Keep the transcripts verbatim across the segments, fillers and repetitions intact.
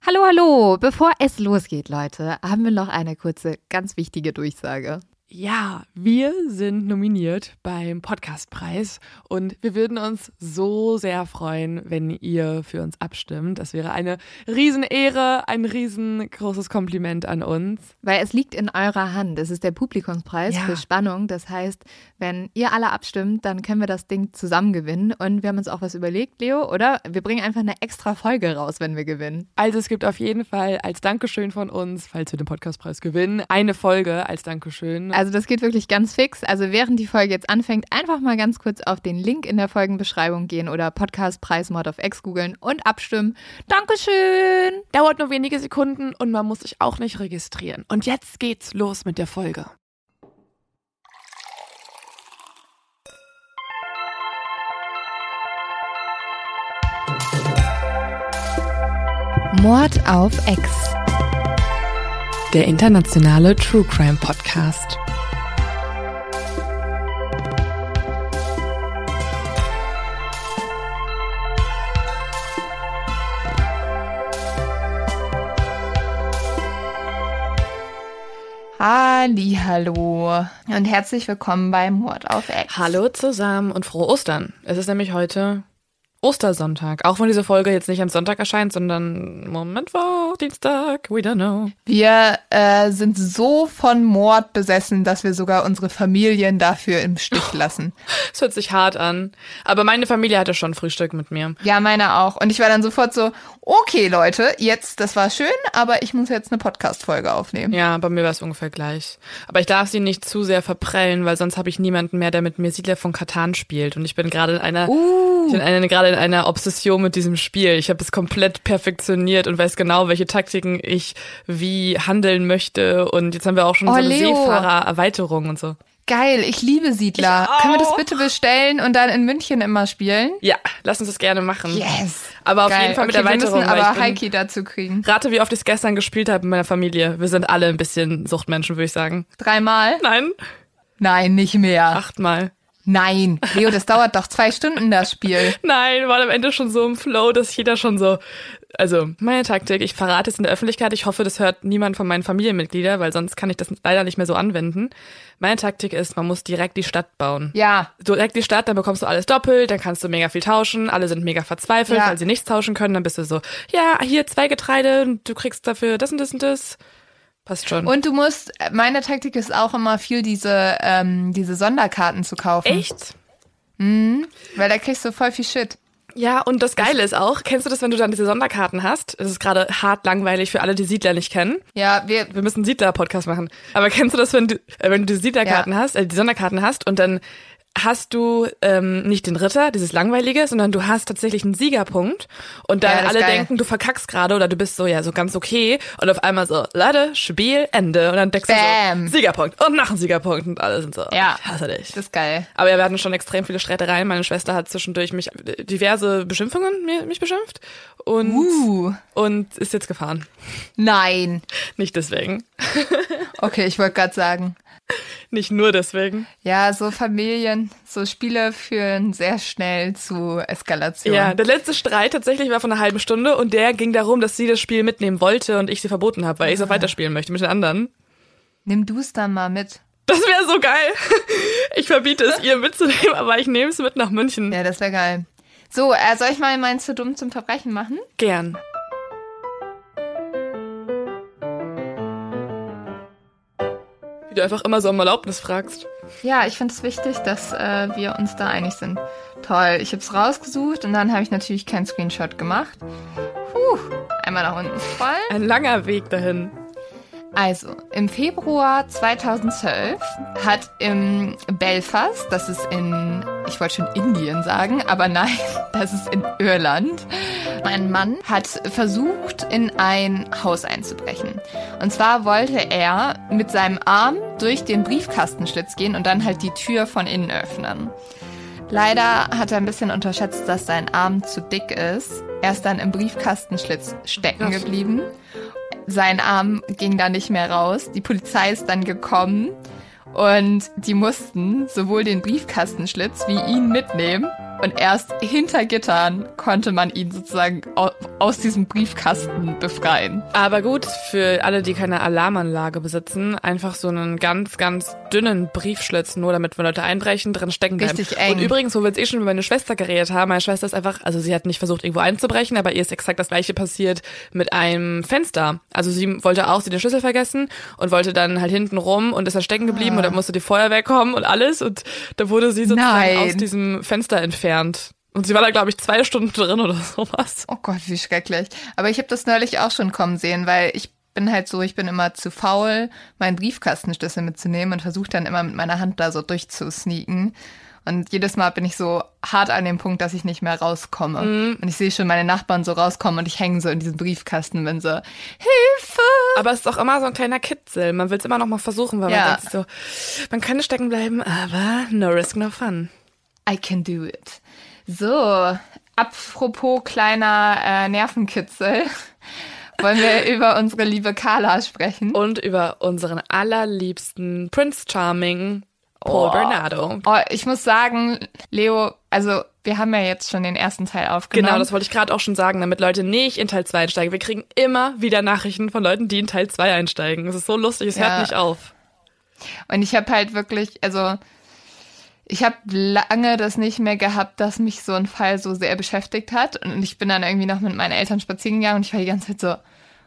Hallo, hallo! Bevor es losgeht, Leute, haben wir noch eine kurze, ganz wichtige Durchsage. Ja, wir sind nominiert beim Podcastpreis und wir würden uns so sehr freuen, wenn ihr für uns abstimmt. Das wäre eine Riesenehre, ein riesengroßes Kompliment an uns. Weil es liegt in eurer Hand. Es ist der Publikumspreis Ja. für Spannung. Das heißt, wenn ihr alle abstimmt, dann können wir das Ding zusammen gewinnen. Und wir haben uns auch was überlegt, Leo, oder? Wir bringen einfach eine extra Folge raus, wenn wir gewinnen. Also es gibt auf jeden Fall als Dankeschön von uns, falls wir den Podcastpreis gewinnen, eine Folge als Dankeschön. Also das geht wirklich ganz fix. Also während die Folge jetzt anfängt, einfach mal ganz kurz auf den Link in der Folgenbeschreibung gehen oder Podcastpreis Mord of X googeln und abstimmen. Dankeschön! Dauert nur wenige Sekunden und man muss sich auch nicht registrieren. Und jetzt geht's los mit der Folge. Mord auf X. Der internationale True Crime Podcast. Hallihallo und herzlich willkommen bei Mord auf X. Hallo zusammen und frohe Ostern. Es ist nämlich heute Ostersonntag. Auch wenn diese Folge jetzt nicht am Sonntag erscheint, sondern Moment war Dienstag, we don't know. Wir äh, sind so von Mord besessen, dass wir sogar unsere Familien dafür im Stich lassen. Es hört sich hart an. Aber meine Familie hatte schon Frühstück mit mir. Ja, meine auch. Und ich war dann sofort so, okay Leute, jetzt, das war schön, aber ich muss jetzt eine Podcast-Folge aufnehmen. Ja, bei mir war es ungefähr gleich. Aber ich darf sie nicht zu sehr verprellen, weil sonst habe ich niemanden mehr, der mit mir Siedler von Catan spielt. Und ich bin gerade in einer, Uh. ich bin eine, gerade in einer Obsession mit diesem Spiel. Ich habe es komplett perfektioniert und weiß genau, welche Taktiken ich wie handeln möchte. Und jetzt haben wir auch schon Oh, so eine Leo. Seefahrer-Erweiterung und so. Geil, ich liebe Siedler. Ich Können wir das auch. bitte bestellen und dann in München immer spielen? Ja, lass uns das gerne machen. Yes. Aber auf Geil. jeden Fall mit okay, Erweiterung. wir müssen weil aber ich bin- Heiki dazu kriegen. Rate, wie oft ich es gestern gespielt habe in meiner Familie. Wir sind alle ein bisschen Suchtmenschen, würde ich sagen. Dreimal? Nein, Nein, nicht mehr. achtmal. Nein. Leo, das dauert doch zwei Stunden, das Spiel. Nein, war am Ende schon so im Flow, dass jeder schon so... Also, meine Taktik, ich verrate es in der Öffentlichkeit. Ich hoffe, das hört niemand von meinen Familienmitgliedern, weil sonst kann ich das leider nicht mehr so anwenden. Meine Taktik ist, man muss direkt die Stadt bauen. Ja. Direkt die Stadt, dann bekommst du alles doppelt, dann kannst du mega viel tauschen, alle sind mega verzweifelt, Ja. weil sie nichts tauschen können. Dann bist du so, ja, hier zwei Getreide und du kriegst dafür das und das und das. Passt schon. Und du musst, meine Taktik ist auch immer viel, diese, ähm, diese Sonderkarten zu kaufen. Echt? Weil da kriegst du voll viel Shit. Ja, und das Geile ist auch, kennst du das, wenn du dann diese Sonderkarten hast? Es ist gerade hart langweilig für alle, die Siedler nicht kennen. Ja, wir, Wir müssen einen Siedler-Podcast machen. Aber kennst du das, wenn du, äh, wenn du die Siedlerkarten Ja. hast, äh, die Sonderkarten hast und dann hast du ähm, nicht den Ritter, dieses Langweilige, sondern du hast tatsächlich einen Siegerpunkt und dann Ja, das ist alle geil. denken, du verkackst gerade oder du bist so, ja, so ganz okay und auf einmal so, Leute, Spiel, Ende und dann denkst Bam. du so, Siegerpunkt und noch ein Siegerpunkt und alle sind so, Ja. ich hasse dich. das ist geil. Aber wir hatten schon extrem viele Streitereien. Meine Schwester hat zwischendurch mich diverse Beschimpfungen mir, mich beschimpft und, Uh, und ist jetzt gefahren. nein. Nicht deswegen. Okay, ich wollte gerade sagen. Nicht nur deswegen. Ja, so Familien, so Spiele führen sehr schnell zu Eskalation. Ja, der letzte Streit tatsächlich war von einer halben Stunde und der ging darum, dass sie das Spiel mitnehmen wollte und ich sie verboten habe, weil ich es weiterspielen möchte mit den anderen. Nimm du es dann mal mit. Das wäre so geil. Ich verbiete es ihr mitzunehmen, aber ich nehme es mit nach München. Ja, das wäre geil. So, äh, soll ich mal meinen zu dumm zum Verbrechen machen? Gern. Wie du einfach immer so um Erlaubnis fragst. Ja, ich finde es wichtig, dass äh, wir uns da einig sind. Toll, ich habe es rausgesucht und dann habe ich natürlich keinen Screenshot gemacht. Puh, einmal nach unten scrollen. Ein langer Weg dahin. Also, im Februar zweitausendzwölf hat im Belfast, das ist in, ich wollte schon Indien sagen, aber nein, das ist in Irland, ein Mann hat versucht, in ein Haus einzubrechen. Und zwar wollte er mit seinem Arm durch den Briefkastenschlitz gehen und dann halt die Tür von innen öffnen. Leider hat er ein bisschen unterschätzt, dass sein Arm zu dick ist. Er ist dann im Briefkastenschlitz stecken geblieben. Sein Arm ging da nicht mehr raus. Die Polizei ist dann gekommen und die mussten sowohl den Briefkastenschlitz wie ihn mitnehmen. Und erst hinter Gittern konnte man ihn sozusagen aus diesem Briefkasten befreien. Aber gut, für alle, die keine Alarmanlage besitzen, einfach so einen ganz, ganz dünnen Briefschlitz, nur damit, wenn Leute einbrechen, drin stecken bleiben. Richtig eng. Und übrigens, wo wir jetzt eh schon über meine Schwester geredet haben, meine Schwester ist einfach, also sie hat nicht versucht, irgendwo einzubrechen, aber ihr ist exakt das Gleiche passiert mit einem Fenster. Also sie wollte auch, sie den Schlüssel vergessen und wollte dann halt hinten rum und ist dann stecken geblieben ah. und dann musste die Feuerwehr kommen und alles und da wurde sie sozusagen Nein. aus diesem Fenster entfernt. Und sie war da, glaube ich, zwei Stunden drin oder sowas. Oh Gott, wie schrecklich. Aber ich habe das neulich auch schon kommen sehen, weil ich bin halt so, ich bin immer zu faul, meinen Briefkastenschlüssel mitzunehmen und versuche dann immer mit meiner Hand da so durchzusneaken. Und jedes Mal bin ich so hart an dem Punkt, dass ich nicht mehr rauskomme. Mm. Und ich sehe schon meine Nachbarn so rauskommen und ich hänge so in diesem Briefkasten und bin so, Hilfe! Aber es ist auch immer so ein kleiner Kitzel. Man will es immer noch mal versuchen, weil ja. man denkt so, man kann stecken bleiben, aber no risk, no fun. I can do it. So, apropos kleiner äh, Nervenkitzel, wollen wir über unsere liebe Carla sprechen. Und über unseren allerliebsten Prince Charming, Paul oh. Bernardo. Oh, ich muss sagen, Leo, also wir haben ja jetzt schon den ersten Teil aufgenommen. Genau, das wollte ich gerade auch schon sagen, damit Leute nicht in Teil zwei einsteigen. Wir kriegen immer wieder Nachrichten von Leuten, die in Teil zwei einsteigen. Es ist so lustig, es ja. hört nicht auf. Und ich habe halt wirklich, also... Ich habe lange das nicht mehr gehabt, dass mich so ein Fall so sehr beschäftigt hat. Und ich bin dann irgendwie noch mit meinen Eltern spazieren gegangen und ich war die ganze Zeit so,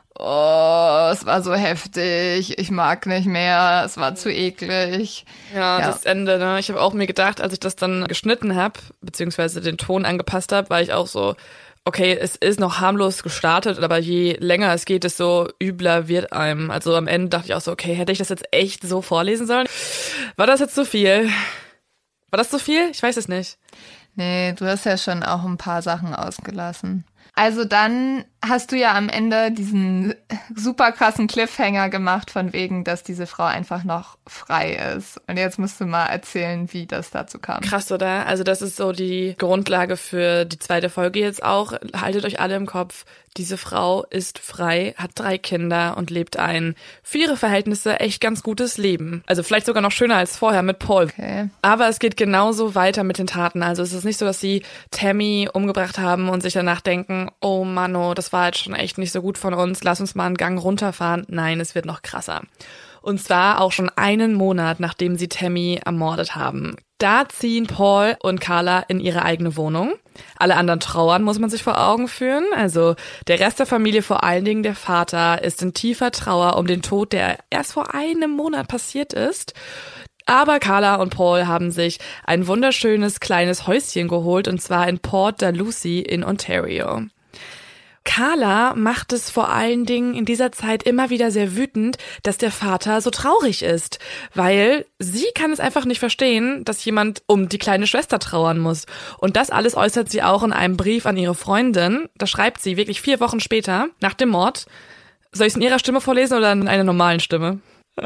oh, es war so heftig, ich mag nicht mehr, es war zu eklig. Ja, ja. Das Ende, ne? Ich habe auch mir gedacht, als ich das dann geschnitten habe, beziehungsweise den Ton angepasst habe, war ich auch so, okay, es ist noch harmlos gestartet, aber je länger es geht, desto übler wird einem. Also am Ende dachte ich auch so, okay, hätte ich das jetzt echt so vorlesen sollen? War das jetzt zu viel? War das so viel? Ich weiß es nicht. Nee, du hast ja schon auch ein paar Sachen ausgelassen. Also dann hast du ja am Ende diesen super krassen Cliffhanger gemacht, von wegen, dass diese Frau einfach noch frei ist. Und jetzt musst du mal erzählen, wie das dazu kam. Krass, oder? Also das ist so die Grundlage für die zweite Folge jetzt auch. Haltet euch alle im Kopf, diese Frau ist frei, hat drei Kinder und lebt ein für ihre Verhältnisse echt ganz gutes Leben. Also vielleicht sogar noch schöner als vorher mit Paul. Okay. Aber es geht genauso weiter mit den Taten. Also es ist nicht so, dass sie Tammy umgebracht haben und sich danach denken, oh Manno, das war jetzt schon echt nicht so gut von uns, lass uns mal einen Gang runterfahren. Nein, es wird noch krasser. Und zwar auch schon einen Monat, nachdem sie Tammy ermordet haben. Da ziehen Paul und Carla in ihre eigene Wohnung. Alle anderen trauern, muss man sich vor Augen führen. Also der Rest der Familie, vor allen Dingen der Vater, ist in tiefer Trauer um den Tod, der erst vor einem Monat passiert ist. Aber Carla und Paul haben sich ein wunderschönes kleines Häuschen geholt, und zwar in Port Dalhousie in Ontario. Carla macht es vor allen Dingen in dieser Zeit immer wieder sehr wütend, dass der Vater so traurig ist, weil sie kann es einfach nicht verstehen, dass jemand um die kleine Schwester trauern muss. Und das alles äußert sie auch in einem Brief an ihre Freundin. Da schreibt sie wirklich vier Wochen später, nach dem Mord. Soll ich es in ihrer Stimme vorlesen oder in einer normalen Stimme?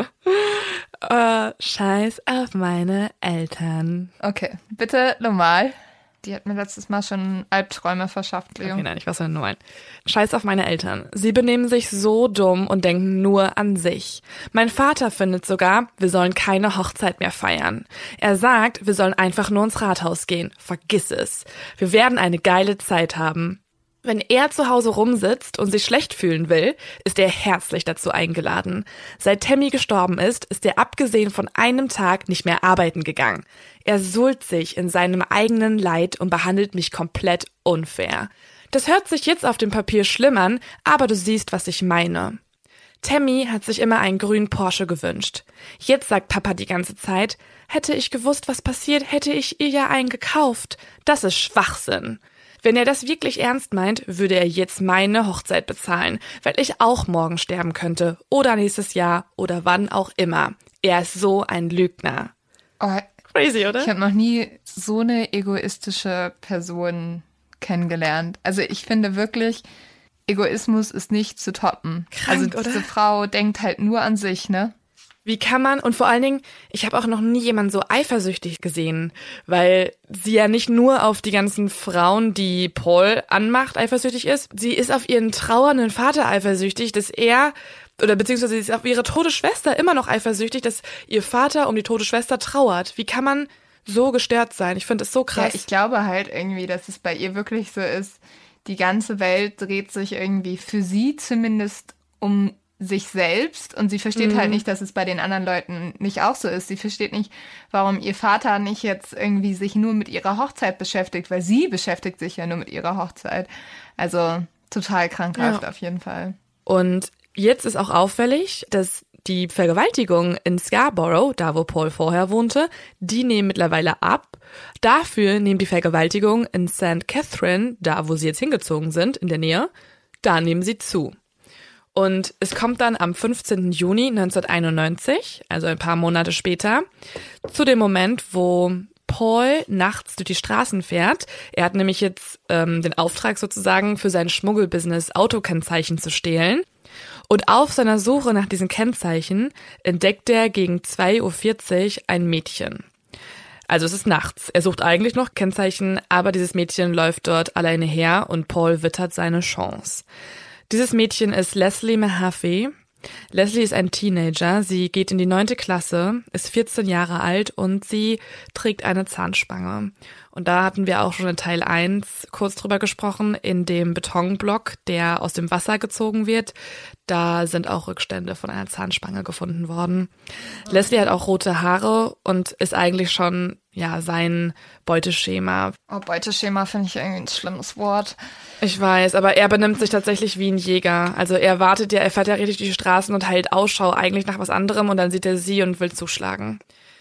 uh, Scheiß auf meine Eltern. Okay, bitte normal. Die hat mir letztes Mal schon Albträume verschafft, Leo. Okay, nein, ich weiß ja nur ein. Scheiß auf meine Eltern. Sie benehmen sich so dumm und denken nur an sich. Mein Vater findet sogar, wir sollen keine Hochzeit mehr feiern. Er sagt, wir sollen einfach nur ins Rathaus gehen. Vergiss es. Wir werden eine geile Zeit haben. Wenn er zu Hause rumsitzt und sich schlecht fühlen will, ist er herzlich dazu eingeladen. Seit Tammy gestorben ist, ist er abgesehen von einem Tag nicht mehr arbeiten gegangen. Er suhlt sich in seinem eigenen Leid und behandelt mich komplett unfair. Das hört sich jetzt auf dem Papier schlimm an, aber du siehst, was ich meine. Tammy hat sich immer einen grünen Porsche gewünscht. Jetzt sagt Papa die ganze Zeit, hätte ich gewusst, was passiert, hätte ich ihr ja einen gekauft. Das ist Schwachsinn. Wenn er das wirklich ernst meint, würde er jetzt meine Hochzeit bezahlen, weil ich auch morgen sterben könnte oder nächstes Jahr oder wann auch immer. Er ist so ein Lügner. Oh, crazy, oder? Ich habe noch nie so eine egoistische Person kennengelernt. Also ich finde wirklich, Egoismus ist nicht zu toppen. Krank, also diese oder? Frau denkt halt nur an sich, ne? Wie kann man, und vor allen Dingen, ich habe auch noch nie jemanden so eifersüchtig gesehen, weil sie ja nicht nur auf die ganzen Frauen, die Paul anmacht, eifersüchtig ist. Sie ist auf ihren trauernden Vater eifersüchtig, dass er, oder beziehungsweise sie ist auf ihre tote Schwester immer noch eifersüchtig, dass ihr Vater um die tote Schwester trauert. Wie kann man so gestört sein. Ich finde es so krass. Ja, ich glaube halt irgendwie, dass es bei ihr wirklich so ist, die ganze Welt dreht sich irgendwie für sie zumindest um sich selbst und sie versteht mhm. halt nicht, dass es bei den anderen Leuten nicht auch so ist. Sie versteht nicht, warum ihr Vater nicht jetzt irgendwie sich nur mit ihrer Hochzeit beschäftigt, weil sie beschäftigt sich ja nur mit ihrer Hochzeit. Also total krankhaft ja. auf jeden Fall. Und jetzt ist auch auffällig, dass die Vergewaltigung in Scarborough, da wo Paul vorher wohnte, die nehmen mittlerweile ab. Dafür nehmen die Vergewaltigungen in Saint Catherine, da wo sie jetzt hingezogen sind, in der Nähe, da nehmen sie zu. Und es kommt dann am fünfzehnten Juni neunzehnhunderteinundneunzig, also ein paar Monate später, zu dem Moment, wo Paul nachts durch die Straßen fährt. Er hat nämlich jetzt ähm, den Auftrag sozusagen für sein Schmuggelbusiness Autokennzeichen zu stehlen. Und auf seiner Suche nach diesen Kennzeichen entdeckt er gegen zwei Uhr vierzig ein Mädchen. Also es ist nachts. Er sucht eigentlich noch Kennzeichen, aber dieses Mädchen läuft dort alleine her und Paul wittert seine Chance. Dieses Mädchen ist Leslie Mahaffey. Leslie ist ein Teenager. Sie geht in die neunte Klasse, ist vierzehn Jahre alt und sie trägt eine Zahnspange. Und da hatten wir auch schon in Teil eins kurz drüber gesprochen, in dem Betonblock, der aus dem Wasser gezogen wird. Da sind auch Rückstände von einer Zahnspange gefunden worden. Leslie hat auch rote Haare und ist eigentlich schon, ja, sein Beuteschema. Oh, Beuteschema finde ich irgendwie ein schlimmes Wort. Ich weiß, aber er benimmt sich tatsächlich wie ein Jäger. Also er wartet ja, er fährt ja richtig durch die Straßen und hält Ausschau eigentlich nach was anderem und dann sieht er sie und will zuschlagen.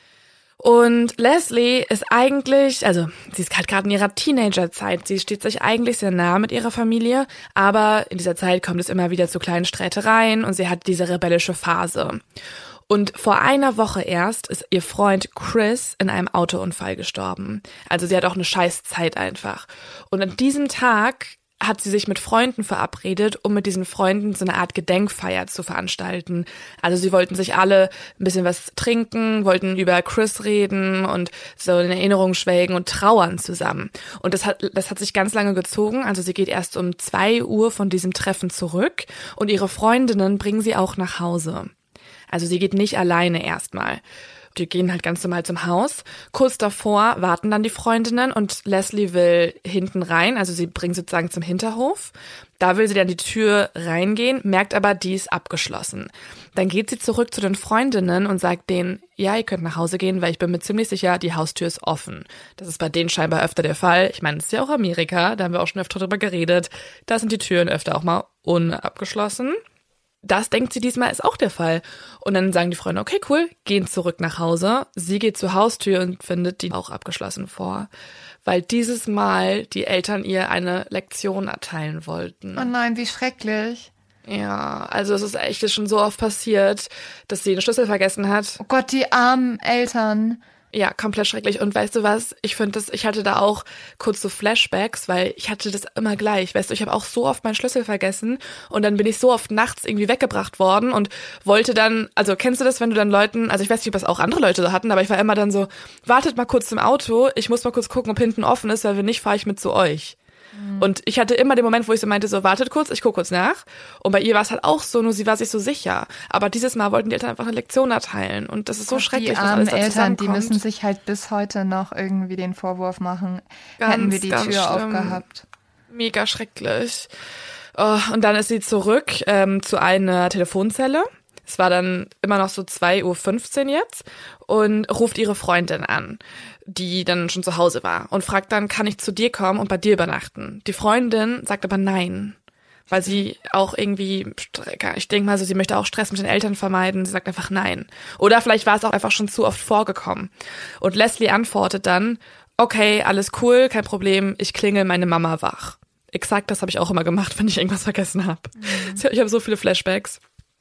Und Leslie ist eigentlich, also sie ist halt gerade in ihrer Teenagerzeit, sie steht sich eigentlich sehr nah mit ihrer Familie, aber in dieser Zeit kommt es immer wieder zu kleinen Streitereien und sie hat diese rebellische Phase. Und vor einer Woche erst ist ihr Freund Chris in einem Autounfall gestorben. Also sie hat auch eine scheiß Zeit einfach. Und an diesem Tag hat sie sich mit Freunden verabredet, um mit diesen Freunden so eine Art Gedenkfeier zu veranstalten. Also sie wollten sich alle ein bisschen was trinken, wollten über Chris reden und so in Erinnerung schwelgen und trauern zusammen. Und das hat, das hat sich ganz lange gezogen. Also sie geht erst um zwei Uhr von diesem Treffen zurück und ihre Freundinnen bringen sie auch nach Hause. Also sie geht nicht alleine erstmal. Die gehen halt ganz normal zum Haus. Kurz davor warten dann die Freundinnen und Leslie will hinten rein, also sie bringt sozusagen zum Hinterhof. Da will sie dann die Tür reingehen, merkt aber, die ist abgeschlossen. Dann geht sie zurück zu den Freundinnen und sagt denen, ja, ihr könnt nach Hause gehen, weil ich bin mir ziemlich sicher, die Haustür ist offen. Das ist bei denen scheinbar öfter der Fall. Ich meine, es ist ja auch Amerika, da haben wir auch schon öfter drüber geredet. Da sind die Türen öfter auch mal unabgeschlossen. Das denkt sie diesmal ist auch der Fall. Und dann sagen die Freunde, okay, cool, gehen zurück nach Hause. Sie geht zur Haustür und findet die auch abgeschlossen vor. Weil dieses Mal die Eltern ihr eine Lektion erteilen wollten. Oh nein, wie schrecklich. Ja, also es ist echt schon so oft passiert, dass sie den Schlüssel vergessen hat. Oh Gott, die armen Eltern. Ja, komplett schrecklich. Und weißt du was? Ich finde das, ich hatte da auch kurz so Flashbacks, weil ich hatte das immer gleich. Weißt du, ich habe auch so oft meinen Schlüssel vergessen und dann bin ich so oft nachts irgendwie weggebracht worden und wollte dann, also kennst du das, wenn du dann Leuten, also ich weiß nicht, ob das auch andere Leute so hatten, aber ich war immer dann so, wartet mal kurz im Auto, ich muss mal kurz gucken, ob hinten offen ist, weil wenn nicht, fahre ich mit zu euch. Und ich hatte immer den Moment, wo ich so meinte, so wartet kurz, ich gucke kurz nach. Und bei ihr war es halt auch so, nur sie war sich so sicher. Aber dieses Mal wollten die Eltern einfach eine Lektion erteilen. Und das ist so Gott, schrecklich, die was alles armen da Eltern, die zusammenkommt. müssen sich halt bis heute noch irgendwie den Vorwurf machen, Ganz, hätten wir die ganz Tür schlimm. aufgehabt. Mega schrecklich. Oh, und dann ist sie zurück ähm, zu einer Telefonzelle. Es war dann immer noch so zwei Uhr fünfzehn jetzt und ruft ihre Freundin an, die dann schon zu Hause war und fragt dann, kann ich zu dir kommen und bei dir übernachten? Die Freundin sagt aber nein, weil sie auch irgendwie, ich denke mal so, sie möchte auch Stress mit den Eltern vermeiden. Sie sagt einfach nein. Oder vielleicht war es auch einfach schon zu oft vorgekommen. Und Leslie antwortet dann, okay, alles cool, kein Problem, ich klingel meine Mama wach. Exakt, das habe ich auch immer gemacht, wenn ich irgendwas vergessen habe. Mhm. Ich habe so viele Flashbacks.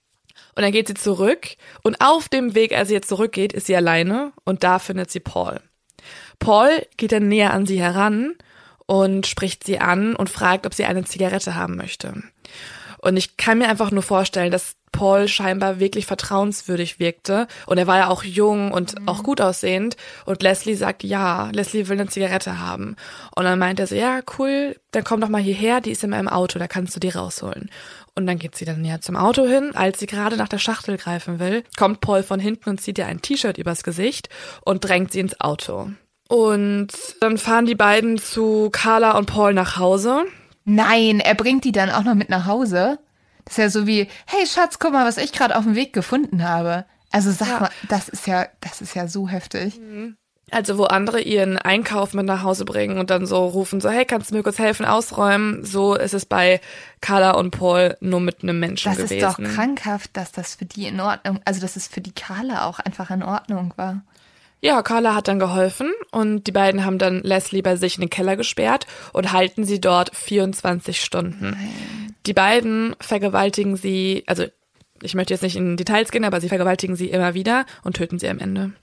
Und dann geht sie zurück und auf dem Weg, als sie jetzt zurückgeht, ist sie alleine und da findet sie Paul. Paul geht dann näher an sie heran und spricht sie an und fragt, ob sie eine Zigarette haben möchte. Und ich kann mir einfach nur vorstellen, dass Paul scheinbar wirklich vertrauenswürdig wirkte. Und er war ja auch jung und mhm. auch gut aussehend. Und Leslie sagt, ja, Leslie will eine Zigarette haben. Und dann meint er so, ja, cool, dann komm doch mal hierher, die ist in meinem Auto, da kannst du die rausholen. Und dann geht sie dann ja zum Auto hin. Als sie gerade nach der Schachtel greifen will, kommt Paul von hinten und zieht ihr ein T-Shirt übers Gesicht und drängt sie ins Auto. Und dann fahren die beiden zu Carla und Paul nach Hause. Nein, er bringt die dann auch noch mit nach Hause. Das ist ja so wie, hey Schatz, guck mal, was ich gerade auf dem Weg gefunden habe. Also sag Ja. mal, das ist ja, das ist ja so heftig. Also wo andere ihren Einkauf mit nach Hause bringen und dann so rufen, so hey, kannst du mir kurz helfen, ausräumen? So ist es bei Carla und Paul nur mit einem Menschen Das gewesen. ist doch krankhaft, dass das für die in Ordnung, also dass es für die Carla auch einfach in Ordnung war. Ja, Carla hat dann geholfen und die beiden haben dann Leslie bei sich in den Keller gesperrt und halten sie dort vierundzwanzig Stunden. Nein. Die beiden vergewaltigen sie, also ich möchte jetzt nicht in Details gehen, aber sie vergewaltigen sie immer wieder und töten sie am Ende.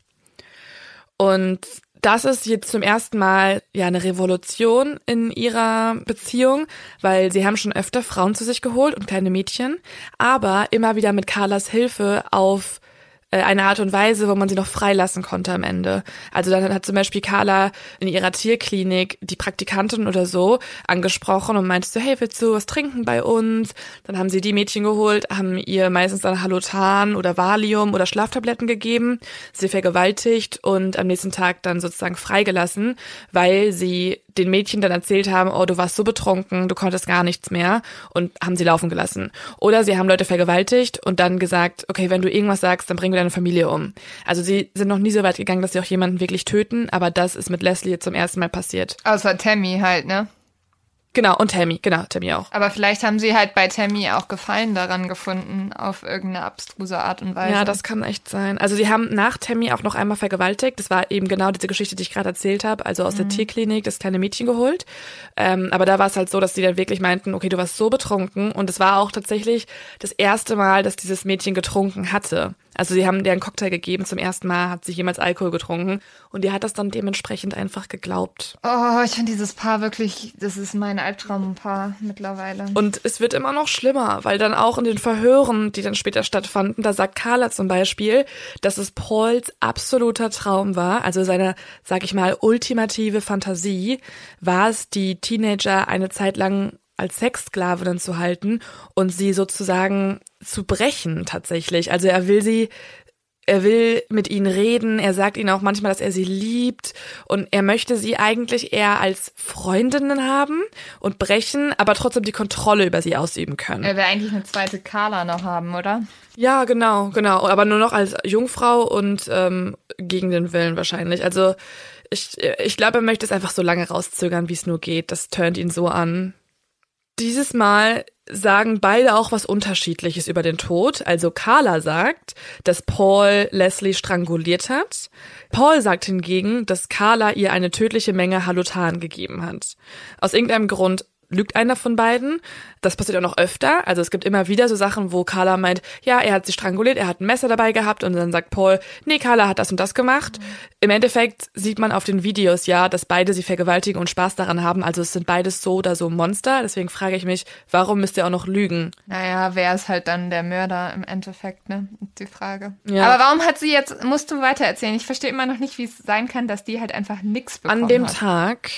Und das ist jetzt zum ersten Mal ja eine Revolution in ihrer Beziehung, weil sie haben schon öfter Frauen zu sich geholt und kleine Mädchen, aber immer wieder mit Carlas Hilfe auf eine Art und Weise, wo man sie noch freilassen konnte am Ende. Also dann hat zum Beispiel Carla in ihrer Tierklinik die Praktikantin oder so angesprochen und meinte so, hey, willst du was trinken bei uns? Dann haben sie die Mädchen geholt, haben ihr meistens dann Halotan oder Valium oder Schlaftabletten gegeben, sie vergewaltigt und am nächsten Tag dann sozusagen freigelassen, weil sie den Mädchen dann erzählt haben, oh, du warst so betrunken, du konntest gar nichts mehr und haben sie laufen gelassen. Oder sie haben Leute vergewaltigt und dann gesagt, okay, wenn du irgendwas sagst, dann bringen wir deine Familie um. Also sie sind noch nie so weit gegangen, dass sie auch jemanden wirklich töten, aber das ist mit Leslie zum ersten Mal passiert. Außer Tammy halt, ne? Genau, und Tammy, genau, Tammy auch. Aber vielleicht haben sie halt bei Tammy auch Gefallen daran gefunden, auf irgendeine abstruse Art und Weise. Ja, das kann echt sein. Also sie haben nach Tammy auch noch einmal vergewaltigt. Das war eben genau diese Geschichte, die ich gerade erzählt habe. Also aus mhm. der Tierklinik das kleine Mädchen geholt. Ähm, aber da war es halt so, dass sie dann wirklich meinten, okay, du warst so betrunken. Und es war auch tatsächlich das erste Mal, dass dieses Mädchen getrunken hatte. Also sie haben dir einen Cocktail gegeben. Zum ersten Mal hat sie jemals Alkohol getrunken. Und die hat das dann dementsprechend einfach geglaubt. Oh, ich finde dieses Paar wirklich, das ist mein Albtraumpaar mittlerweile. Und es wird immer noch schlimmer, weil dann auch in den Verhören, die dann später stattfanden, da sagt Carla zum Beispiel, dass es Pauls absoluter Traum war, also seine, sag ich mal, ultimative Fantasie, war es, die Teenager eine Zeit lang als Sexsklavinnen zu halten und sie sozusagen zu brechen tatsächlich. Also er will sie Er will mit ihnen reden, er sagt ihnen auch manchmal, dass er sie liebt und er möchte sie eigentlich eher als Freundinnen haben und brechen, aber trotzdem die Kontrolle über sie ausüben können. Er will eigentlich eine zweite Carla noch haben, oder? Ja, genau, genau, aber nur noch als Jungfrau und ähm, gegen den Willen wahrscheinlich. Also ich, ich glaube, er möchte es einfach so lange rauszögern, wie es nur geht. Das turnt ihn so an. Dieses Mal sagen beide auch was Unterschiedliches über den Tod. Also Carla sagt, dass Paul Leslie stranguliert hat. Paul sagt hingegen, dass Carla ihr eine tödliche Menge Halotan gegeben hat. Aus irgendeinem Grund lügt einer von beiden. Das passiert auch noch öfter. Also es gibt immer wieder so Sachen, wo Carla meint, ja, er hat sie stranguliert, er hat ein Messer dabei gehabt und dann sagt Paul, nee, Carla hat das und das gemacht. Mhm. Im Endeffekt sieht man auf den Videos ja, dass beide sie vergewaltigen und Spaß daran haben. Also es sind beides so oder so Monster. Deswegen frage ich mich, warum müsst ihr auch noch lügen? Naja, wer ist halt dann der Mörder im Endeffekt, ne? Ist die Frage. Ja. Aber warum hat sie jetzt, musst du weitererzählen? Ich verstehe immer noch nicht, wie es sein kann, dass die halt einfach nichts bekommen An dem hat. Tag,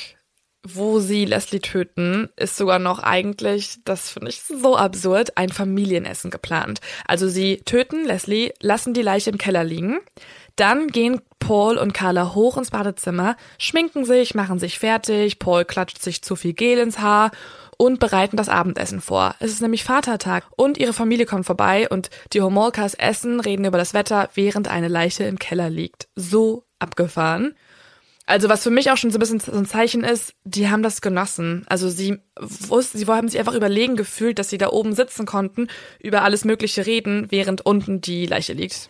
wo sie Leslie töten, ist sogar noch eigentlich, das finde ich so absurd, ein Familienessen geplant. Also sie töten Leslie, lassen die Leiche im Keller liegen, dann gehen Paul und Carla hoch ins Badezimmer, schminken sich, machen sich fertig, Paul klatscht sich zu viel Gel ins Haar und bereiten das Abendessen vor. Es ist nämlich Vatertag und ihre Familie kommt vorbei und die Homolkas essen, reden über das Wetter, während eine Leiche im Keller liegt. So abgefahren. Also was für mich auch schon so ein bisschen so ein Zeichen ist, die haben das genossen. Also sie wussten, sie haben sich einfach überlegen gefühlt, dass sie da oben sitzen konnten, über alles Mögliche reden, während unten die Leiche liegt.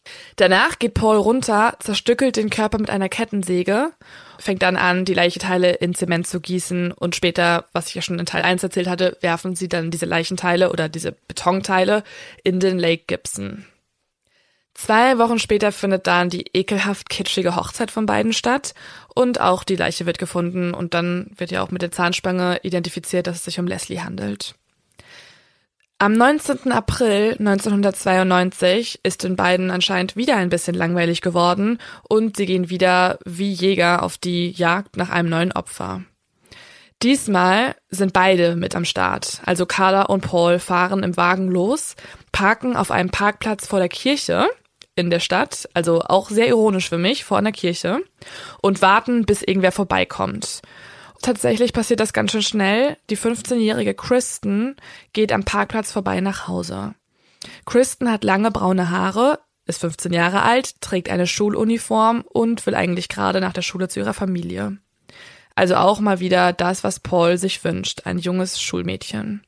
Danach geht Paul runter, zerstückelt den Körper mit einer Kettensäge, fängt dann an, die Leichenteile in Zement zu gießen und später, was ich ja schon in Teil eins erzählt hatte, werfen sie dann diese Leichenteile oder diese Betonteile in den Lake Gibson. Zwei Wochen später findet dann die ekelhaft kitschige Hochzeit von beiden statt und auch die Leiche wird gefunden und dann wird ja auch mit der Zahnspange identifiziert, dass es sich um Leslie handelt. Am neunzehnten April neunzehnhundertzweiundneunzig ist den beiden anscheinend wieder ein bisschen langweilig geworden und sie gehen wieder wie Jäger auf die Jagd nach einem neuen Opfer. Diesmal sind beide mit am Start. Also Carla und Paul fahren im Wagen los, parken auf einem Parkplatz vor der Kirche in der Stadt, also auch sehr ironisch für mich, vor einer Kirche und warten, bis irgendwer vorbeikommt. Tatsächlich passiert das ganz schön schnell. Die fünfzehnjährige Kristen geht am Parkplatz vorbei nach Hause. Kristen hat lange braune Haare, ist fünfzehn Jahre alt, trägt eine Schuluniform und will eigentlich gerade nach der Schule zu ihrer Familie. Also auch mal wieder das, was Paul sich wünscht, ein junges Schulmädchen.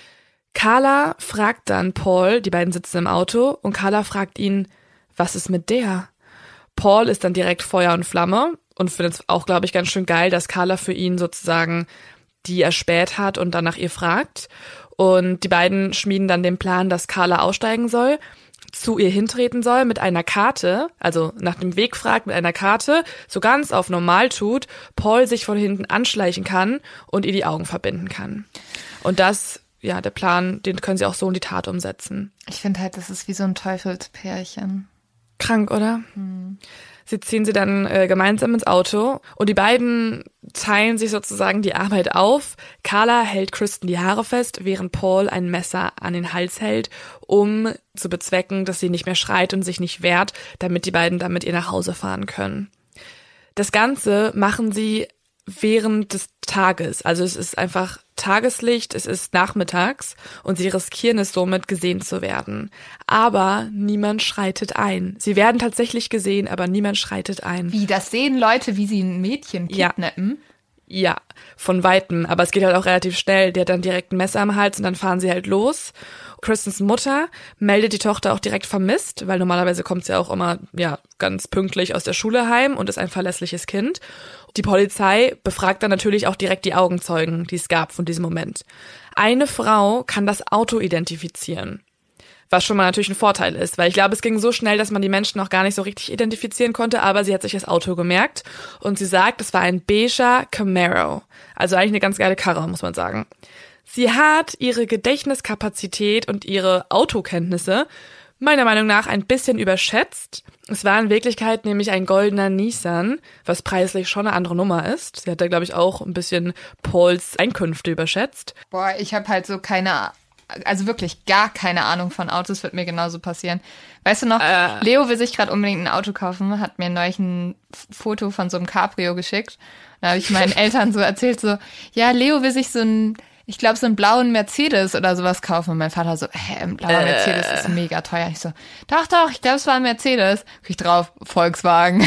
Carla fragt dann Paul, die beiden sitzen im Auto, und Carla fragt ihn, was ist mit der? Paul ist dann direkt Feuer und Flamme und findet es auch, glaube ich, ganz schön geil, dass Carla für ihn sozusagen die erspäht hat und dann nach ihr fragt. Und die beiden schmieden dann den Plan, dass Carla aussteigen soll, zu ihr hintreten soll mit einer Karte, also nach dem Weg fragt mit einer Karte, so ganz auf normal tut, Paul sich von hinten anschleichen kann und ihr die Augen verbinden kann. Und das, ja, der Plan, den können sie auch so in die Tat umsetzen. Ich finde halt, das ist wie so ein Teufelspärchen. Krank, oder? Hm. Sie ziehen sie dann äh, gemeinsam ins Auto und die beiden teilen sich sozusagen die Arbeit auf. Carla hält Kristen die Haare fest, während Paul ein Messer an den Hals hält, um zu bezwecken, dass sie nicht mehr schreit und sich nicht wehrt, damit die beiden dann mit ihr nach Hause fahren können. Das Ganze machen sie während des Tages. Also es ist einfach Tageslicht, es ist nachmittags und sie riskieren es somit, gesehen zu werden. Aber niemand schreitet ein. Sie werden tatsächlich gesehen, aber niemand schreitet ein. Wie, das sehen Leute, wie sie ein Mädchen kidnappen? Ja, ja, von Weitem. Aber es geht halt auch relativ schnell. Der hat dann direkt ein Messer am Hals und dann fahren sie halt los. Kristens Mutter meldet die Tochter auch direkt vermisst, weil normalerweise kommt sie auch immer ja ganz pünktlich aus der Schule heim und ist ein verlässliches Kind. Die Polizei befragt dann natürlich auch direkt die Augenzeugen, die es gab von diesem Moment. Eine Frau kann das Auto identifizieren, was schon mal natürlich ein Vorteil ist, weil ich glaube, es ging so schnell, dass man die Menschen noch gar nicht so richtig identifizieren konnte, aber sie hat sich das Auto gemerkt und sie sagt, es war ein beiger Camaro, also eigentlich eine ganz geile Karre, muss man sagen. Sie hat ihre Gedächtniskapazität und ihre Autokenntnisse meiner Meinung nach ein bisschen überschätzt. Es war in Wirklichkeit nämlich ein goldener Nissan, was preislich schon eine andere Nummer ist. Sie hat da, glaube ich, auch ein bisschen Pauls Einkünfte überschätzt. Boah, ich habe halt so keine, also wirklich gar keine Ahnung von Autos, wird mir genauso passieren. Weißt du noch, äh, Leo will sich gerade unbedingt ein Auto kaufen, hat mir neulich ein Foto von so einem Cabrio geschickt. Da habe ich meinen Eltern so erzählt, so, ja, Leo will sich so ein, ich glaube, so einen blauen Mercedes oder sowas kaufen. Und mein Vater so, hä, ein blauer äh. Mercedes ist mega teuer. Ich so, doch, doch, ich glaube, es war ein Mercedes. Guck ich drauf, Volkswagen.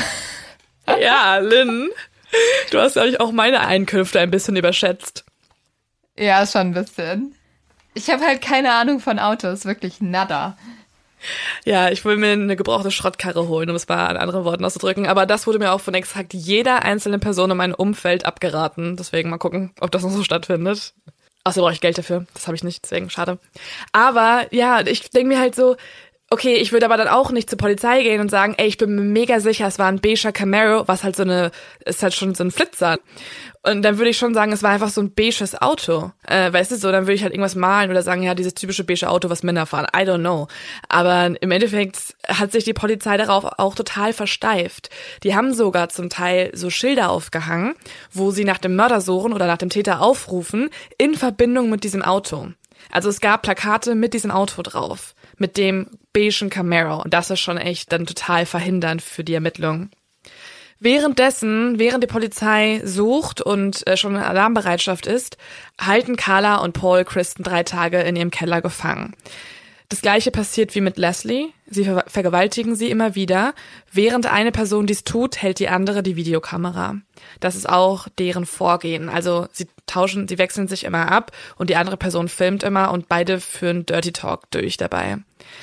Ja, Lynn, du hast, glaube ich, auch meine Einkünfte ein bisschen überschätzt. Ja, schon ein bisschen. Ich habe halt keine Ahnung von Autos, wirklich nada. Ja, ich will mir eine gebrauchte Schrottkarre holen, um es mal an anderen Worten auszudrücken. Aber das wurde mir auch von exakt jeder einzelnen Person in meinem Umfeld abgeraten. Deswegen mal gucken, ob das noch so stattfindet. Außerdem brauche ich Geld dafür. Das habe ich nicht, deswegen schade. Aber ja, ich denke mir halt so, okay, ich würde aber dann auch nicht zur Polizei gehen und sagen, ey, ich bin mir mega sicher, es war ein beiger Camaro, was halt so eine, ist halt schon so ein Flitzer. Und dann würde ich schon sagen, es war einfach so ein beiges Auto. Äh, weißt du, so, dann würde ich halt irgendwas malen oder sagen, ja, dieses typische beige Auto, was Männer fahren. I don't know. Aber im Endeffekt hat sich die Polizei darauf auch total versteift. Die haben sogar zum Teil so Schilder aufgehangen, wo sie nach dem Mörder suchen oder nach dem Täter aufrufen, in Verbindung mit diesem Auto. Also es gab Plakate mit diesem Auto drauf, mit dem beigen Camaro. Und das ist schon echt dann total verhindernd für die Ermittlungen. Währenddessen, während die Polizei sucht und äh, schon in Alarmbereitschaft ist, halten Carla und Paul Kristen drei Tage in ihrem Keller gefangen. Das Gleiche passiert wie mit Leslie. Sie ver- vergewaltigen sie immer wieder. Während eine Person dies tut, hält die andere die Videokamera. Das ist auch deren Vorgehen. Also sie tauschen, sie wechseln sich immer ab und die andere Person filmt immer und beide führen Dirty Talk durch dabei.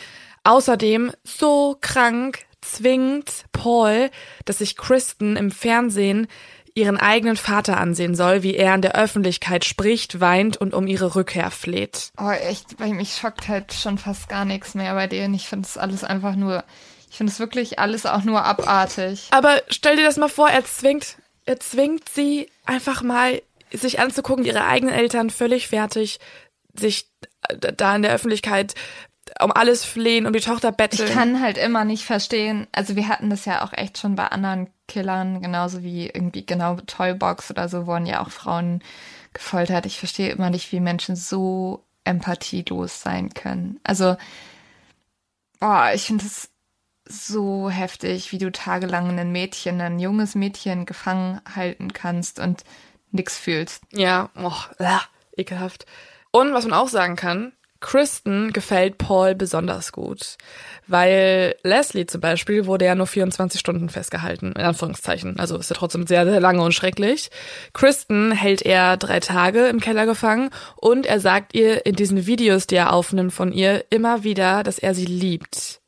Außerdem, so krank, zwingt Paul, dass sich Kristen im Fernsehen ihren eigenen Vater ansehen soll, wie er in der Öffentlichkeit spricht, weint und um ihre Rückkehr fleht. Oh, echt, bei mich schockt halt schon fast gar nichts mehr bei denen. Ich finde es alles einfach nur, ich finde es wirklich alles auch nur abartig. Aber stell dir das mal vor, er zwingt, er zwingt sie einfach mal, sich anzugucken, ihre eigenen Eltern völlig fertig, sich da in der Öffentlichkeit um alles flehen, um die Tochter betteln. Ich kann halt immer nicht verstehen, also wir hatten das ja auch echt schon bei anderen Killern, genauso wie irgendwie genau Toybox oder so, wurden ja auch Frauen gefoltert. Ich verstehe immer nicht, wie Menschen so empathielos sein können. Also, boah, ich finde es so heftig, wie du tagelang ein Mädchen, ein junges Mädchen gefangen halten kannst und nix fühlst. Ja, oh, äh, ekelhaft. Und was man auch sagen kann, Kristen gefällt Paul besonders gut, weil Leslie zum Beispiel wurde ja nur vierundzwanzig Stunden festgehalten, in Anführungszeichen. Also ist ja trotzdem sehr, sehr lange und schrecklich. Kristen hält er drei Tage im Keller gefangen und er sagt ihr in diesen Videos, die er aufnimmt von ihr, immer wieder, dass er sie liebt.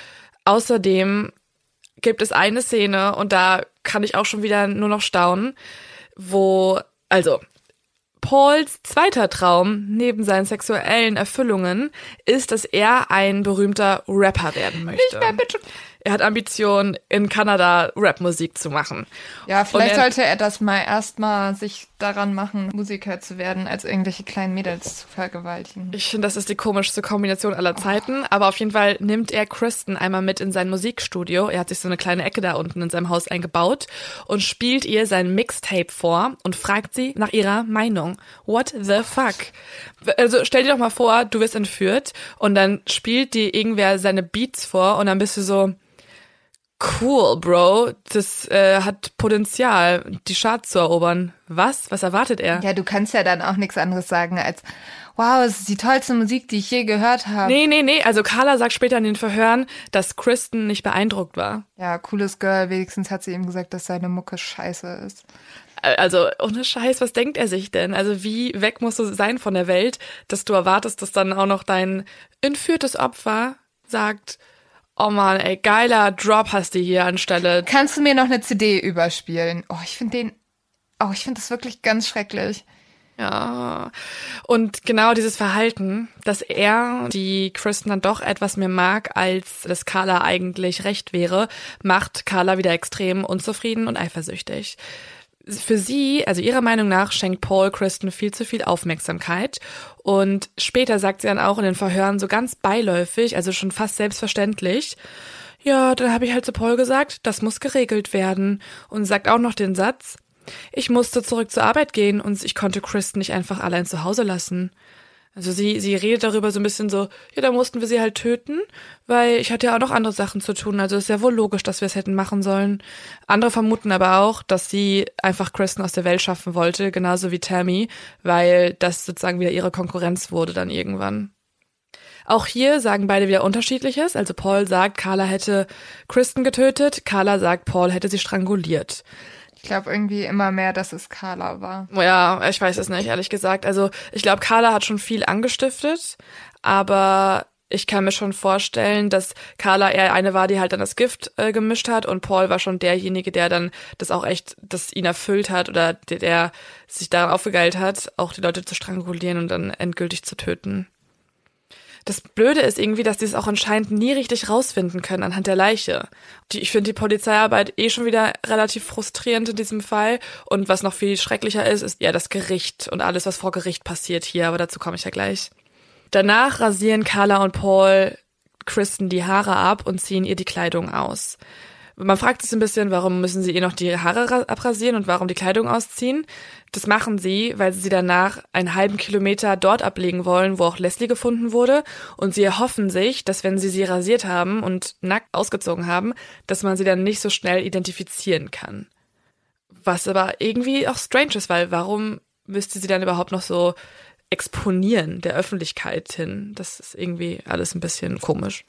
Außerdem gibt es eine Szene, und da kann ich auch schon wieder nur noch staunen, wo, also Pauls zweiter Traum neben seinen sexuellen Erfüllungen ist, dass er ein berühmter Rapper werden möchte. Nicht mehr, bitte. Er hat Ambitionen, in Kanada Rapmusik zu machen. Ja, vielleicht er, sollte er das mal erstmal sich daran machen, Musiker zu werden, als irgendwelche kleinen Mädels zu vergewaltigen. Ich finde, das ist die komischste Kombination aller Zeiten. Oh. Aber auf jeden Fall nimmt er Kristen einmal mit in sein Musikstudio. Er hat sich so eine kleine Ecke da unten in seinem Haus eingebaut und spielt ihr sein Mixtape vor und fragt sie nach ihrer Meinung. What the fuck? Also stell dir doch mal vor, du wirst entführt und dann spielt dir irgendwer seine Beats vor und dann bist du so, cool, Bro, das äh, hat Potenzial, die Charts zu erobern. Was? Was erwartet er? Ja, du kannst ja dann auch nichts anderes sagen als, wow, es ist die tollste Musik, die ich je gehört habe. Nee, nee, nee, also Carla sagt später in den Verhören, dass Kristen nicht beeindruckt war. Ja, cooles Girl, wenigstens hat sie ihm gesagt, dass seine Mucke scheiße ist. Also, ohne Scheiß, was denkt er sich denn? Also, wie weg musst du sein von der Welt, dass du erwartest, dass dann auch noch dein entführtes Opfer sagt, oh Mann, ey, geiler Drop hast du hier anstelle. Kannst du mir noch eine C D überspielen? Oh, ich finde den, oh, ich finde das wirklich ganz schrecklich. Ja, und genau dieses Verhalten, dass er die Kristen dann doch etwas mehr mag, als das Carla eigentlich recht wäre, macht Carla wieder extrem unzufrieden und eifersüchtig. Für sie, also ihrer Meinung nach, schenkt Paul Kristen viel zu viel Aufmerksamkeit und später sagt sie dann auch in den Verhören so ganz beiläufig, also schon fast selbstverständlich, ja, dann habe ich halt zu Paul gesagt, das muss geregelt werden und sagt auch noch den Satz, ich musste zurück zur Arbeit gehen und ich konnte Kristen nicht einfach allein zu Hause lassen. Also sie sie redet darüber so ein bisschen so, ja, da mussten wir sie halt töten, weil ich hatte ja auch noch andere Sachen zu tun. Also ist ja wohl logisch, dass wir es hätten machen sollen. Andere vermuten aber auch, dass sie einfach Kristen aus der Welt schaffen wollte, genauso wie Tammy, weil das sozusagen wieder ihre Konkurrenz wurde dann irgendwann. Auch hier sagen beide wieder Unterschiedliches. Also Paul sagt, Carla hätte Kristen getötet, Carla sagt, Paul hätte sie stranguliert. Ich glaube irgendwie immer mehr, dass es Carla war. Ja, ich weiß es nicht, ehrlich gesagt. Also ich glaube, Carla hat schon viel angestiftet, aber ich kann mir schon vorstellen, dass Carla eher eine war, die halt dann das Gift äh, gemischt hat und Paul war schon derjenige, der dann das auch echt, das ihn erfüllt hat oder der, der sich daran aufgegeilt hat, auch die Leute zu strangulieren und dann endgültig zu töten. Das Blöde ist irgendwie, dass die es auch anscheinend nie richtig rausfinden können anhand der Leiche. Die, ich finde die Polizeiarbeit eh schon wieder relativ frustrierend in diesem Fall. Und was noch viel schrecklicher ist, ist ja das Gericht und alles, was vor Gericht passiert hier. Aber dazu komme ich ja gleich. Danach rasieren Carla und Paul Kristen die Haare ab und ziehen ihr die Kleidung aus. Man fragt sich ein bisschen, warum müssen sie ihr noch die Haare abrasieren und warum die Kleidung ausziehen. Das machen sie, weil sie danach einen halben Kilometer dort ablegen wollen, wo auch Leslie gefunden wurde. Und sie erhoffen sich, dass wenn sie sie rasiert haben und nackt ausgezogen haben, dass man sie dann nicht so schnell identifizieren kann. Was aber irgendwie auch strange ist, weil warum müsste sie dann überhaupt noch so exponieren der Öffentlichkeit hin? Das ist irgendwie alles ein bisschen komisch.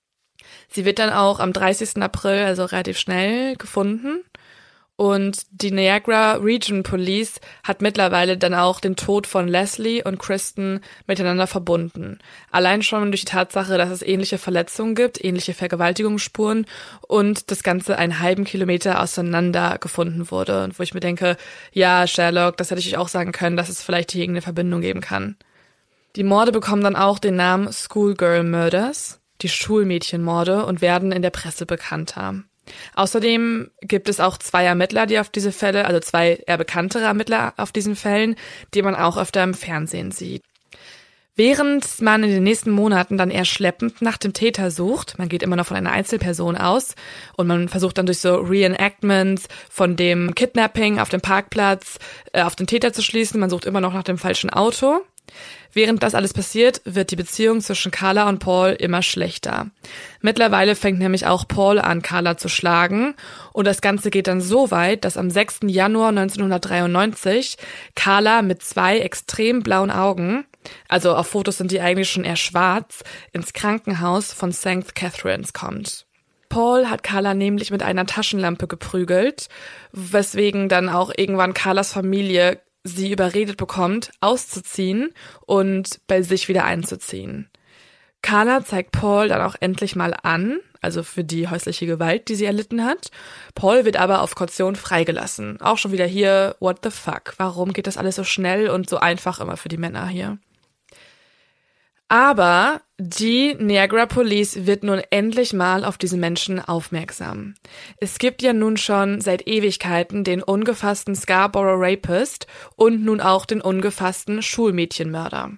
Sie wird dann auch am dreißigsten April, also relativ schnell, gefunden. Und die Niagara Region Police hat mittlerweile dann auch den Tod von Leslie und Kristen miteinander verbunden. Allein schon durch die Tatsache, dass es ähnliche Verletzungen gibt, ähnliche Vergewaltigungsspuren und das Ganze einen halben Kilometer auseinander gefunden wurde. Und wo ich mir denke, ja, Sherlock, das hätte ich euch auch sagen können, dass es vielleicht hier irgendeine Verbindung geben kann. Die Morde bekommen dann auch den Namen Schoolgirl Murders, die Schulmädchenmorde, und werden in der Presse bekannter. Außerdem gibt es auch zwei Ermittler, die auf diese Fälle, also zwei eher bekanntere Ermittler auf diesen Fällen, die man auch öfter im Fernsehen sieht. Während man in den nächsten Monaten dann eher schleppend nach dem Täter sucht, man geht immer noch von einer Einzelperson aus und man versucht dann durch so Reenactments von dem Kidnapping auf dem Parkplatz äh, auf den Täter zu schließen, man sucht immer noch nach dem falschen Auto. Während das alles passiert, wird die Beziehung zwischen Carla und Paul immer schlechter. Mittlerweile fängt nämlich auch Paul an, Carla zu schlagen. Und das Ganze geht dann so weit, dass am sechsten Januar neunzehnhundertdreiundneunzig Carla mit zwei extrem blauen Augen, also auf Fotos sind die eigentlich schon eher schwarz, ins Krankenhaus von Sankt Catharines kommt. Paul hat Carla nämlich mit einer Taschenlampe geprügelt, weswegen dann auch irgendwann Carlas Familie sie überredet bekommt, auszuziehen und bei sich wieder einzuziehen. Carla zeigt Paul dann auch endlich mal an, also für die häusliche Gewalt, die sie erlitten hat. Paul wird aber auf Kaution freigelassen. Auch schon wieder hier, what the fuck? Warum geht das alles so schnell und so einfach immer für die Männer hier? Aber die Niagara Police wird nun endlich mal auf diese Menschen aufmerksam. Es gibt ja nun schon seit Ewigkeiten den ungefassten Scarborough Rapist und nun auch den ungefassten Schulmädchenmörder.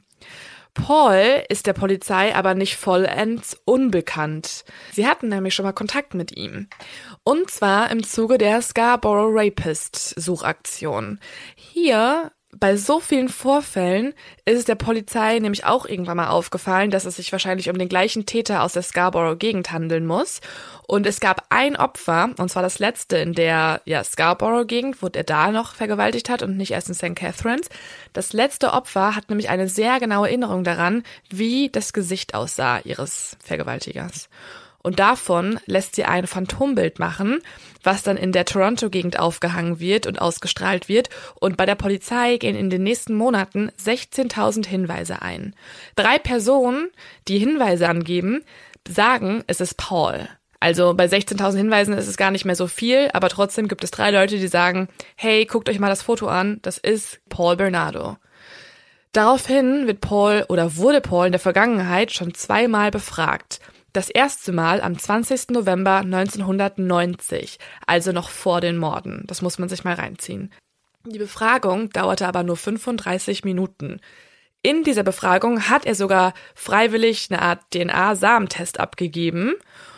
Paul ist der Polizei aber nicht vollends unbekannt. Sie hatten nämlich schon mal Kontakt mit ihm. Und zwar im Zuge der Scarborough Rapist-Suchaktion. Hier bei so vielen Vorfällen ist es der Polizei nämlich auch irgendwann mal aufgefallen, dass es sich wahrscheinlich um den gleichen Täter aus der Scarborough-Gegend handeln muss. Und es gab ein Opfer, und zwar das letzte in der ja, Scarborough-Gegend, wo er da noch vergewaltigt hat und nicht erst in Sankt Catharines. Das letzte Opfer hat nämlich eine sehr genaue Erinnerung daran, wie das Gesicht aussah ihres Vergewaltigers. Und davon lässt sie ein Phantombild machen, was dann in der Toronto-Gegend aufgehangen wird und ausgestrahlt wird. Und bei der Polizei gehen in den nächsten Monaten sechzehntausend Hinweise ein. Drei Personen, die Hinweise angeben, sagen, es ist Paul. Also bei sechzehntausend Hinweisen ist es gar nicht mehr so viel, aber trotzdem gibt es drei Leute, die sagen, hey, guckt euch mal das Foto an, das ist Paul Bernardo. Daraufhin wird Paul oder wurde Paul in der Vergangenheit schon zweimal befragt. Das erste Mal am zwanzigsten November neunzehnhundertneunzig, also noch vor den Morden. Das muss man sich mal reinziehen. Die Befragung dauerte aber nur fünfunddreißig Minuten. In dieser Befragung hat er sogar freiwillig eine Art D N A-Samentest abgegeben.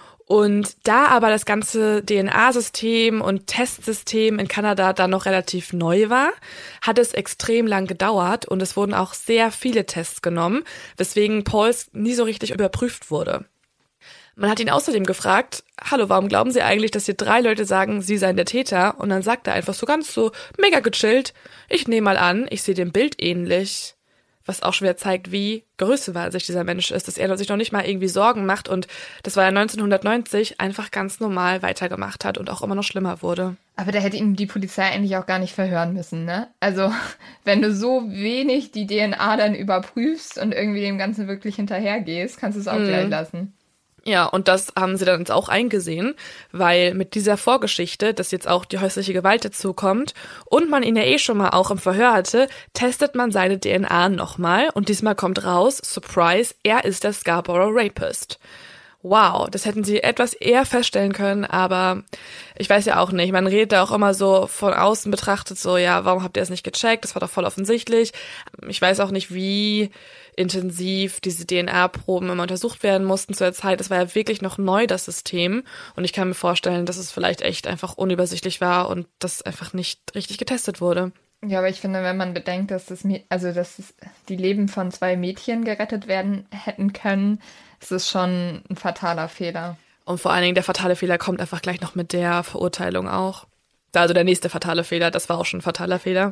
Und da aber das ganze D N A-System und Testsystem in Kanada dann noch relativ neu war, hat es extrem lang gedauert und es wurden auch sehr viele Tests genommen, weswegen Pauls nie so richtig überprüft wurde. Man hat ihn außerdem gefragt, hallo, warum glauben Sie eigentlich, dass hier drei Leute sagen, Sie seien der Täter? Und dann sagt er einfach so ganz so mega gechillt, ich nehme mal an, ich sehe dem Bild ähnlich. Was auch schwer zeigt, wie größenwahnsinnig dieser Mensch ist, dass er sich noch nicht mal irgendwie Sorgen macht und das war ja neunzehnhundertneunzig einfach ganz normal weitergemacht hat und auch immer noch schlimmer wurde. Aber da hätte ihn die Polizei eigentlich auch gar nicht verhören müssen, ne? Also, wenn du so wenig die D N A dann überprüfst und irgendwie dem Ganzen wirklich hinterhergehst, kannst du es auch mhm. gleich lassen. Ja, und das haben sie dann jetzt auch eingesehen, weil mit dieser Vorgeschichte, dass jetzt auch die häusliche Gewalt dazukommt und man ihn ja eh schon mal auch im Verhör hatte, testet man seine D N A nochmal und diesmal kommt raus, Surprise, er ist der Scarborough Rapist. Wow, das hätten sie etwas eher feststellen können, aber ich weiß ja auch nicht, man redet da auch immer so von außen betrachtet, so ja, warum habt ihr es nicht gecheckt, das war doch voll offensichtlich. Ich weiß auch nicht, wie intensiv diese D N A-Proben immer untersucht werden mussten zu der Zeit. Das war ja wirklich noch neu, das System. Und ich kann mir vorstellen, dass es vielleicht echt einfach unübersichtlich war und das einfach nicht richtig getestet wurde. Ja, aber ich finde, wenn man bedenkt, dass das, also dass die Leben von zwei Mädchen gerettet werden hätten können, ist es schon ein fataler Fehler. Und vor allen Dingen der fatale Fehler kommt einfach gleich noch mit der Verurteilung auch. Also der nächste fatale Fehler, das war auch schon ein fataler Fehler.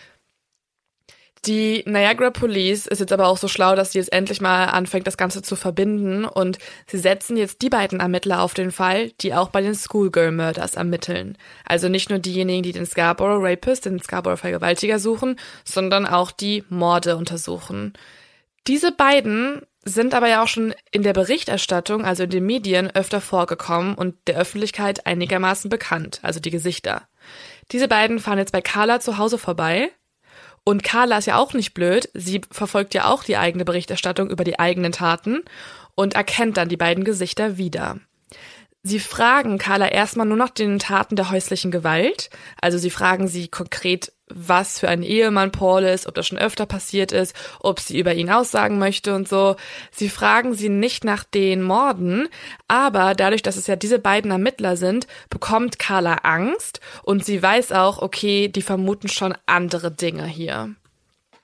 Die Niagara Police ist jetzt aber auch so schlau, dass sie jetzt endlich mal anfängt, das Ganze zu verbinden und sie setzen jetzt die beiden Ermittler auf den Fall, die auch bei den Schoolgirl Murders ermitteln. Also nicht nur diejenigen, die den Scarborough Rapist, den Scarborough Vergewaltiger suchen, sondern auch die Morde untersuchen. Diese beiden sind aber ja auch schon in der Berichterstattung, also in den Medien, öfter vorgekommen und der Öffentlichkeit einigermaßen bekannt, also die Gesichter. Diese beiden fahren jetzt bei Carla zu Hause vorbei. Und Carla ist ja auch nicht blöd, sie verfolgt ja auch die eigene Berichterstattung über die eigenen Taten und erkennt dann die beiden Gesichter wieder. Sie fragen Carla erstmal nur nach den Taten der häuslichen Gewalt, also sie fragen sie konkret, was für ein Ehemann Paul ist, ob das schon öfter passiert ist, ob sie über ihn aussagen möchte und so. Sie fragen sie nicht nach den Morden, aber dadurch, dass es ja diese beiden Ermittler sind, bekommt Carla Angst und sie weiß auch, okay, die vermuten schon andere Dinge hier.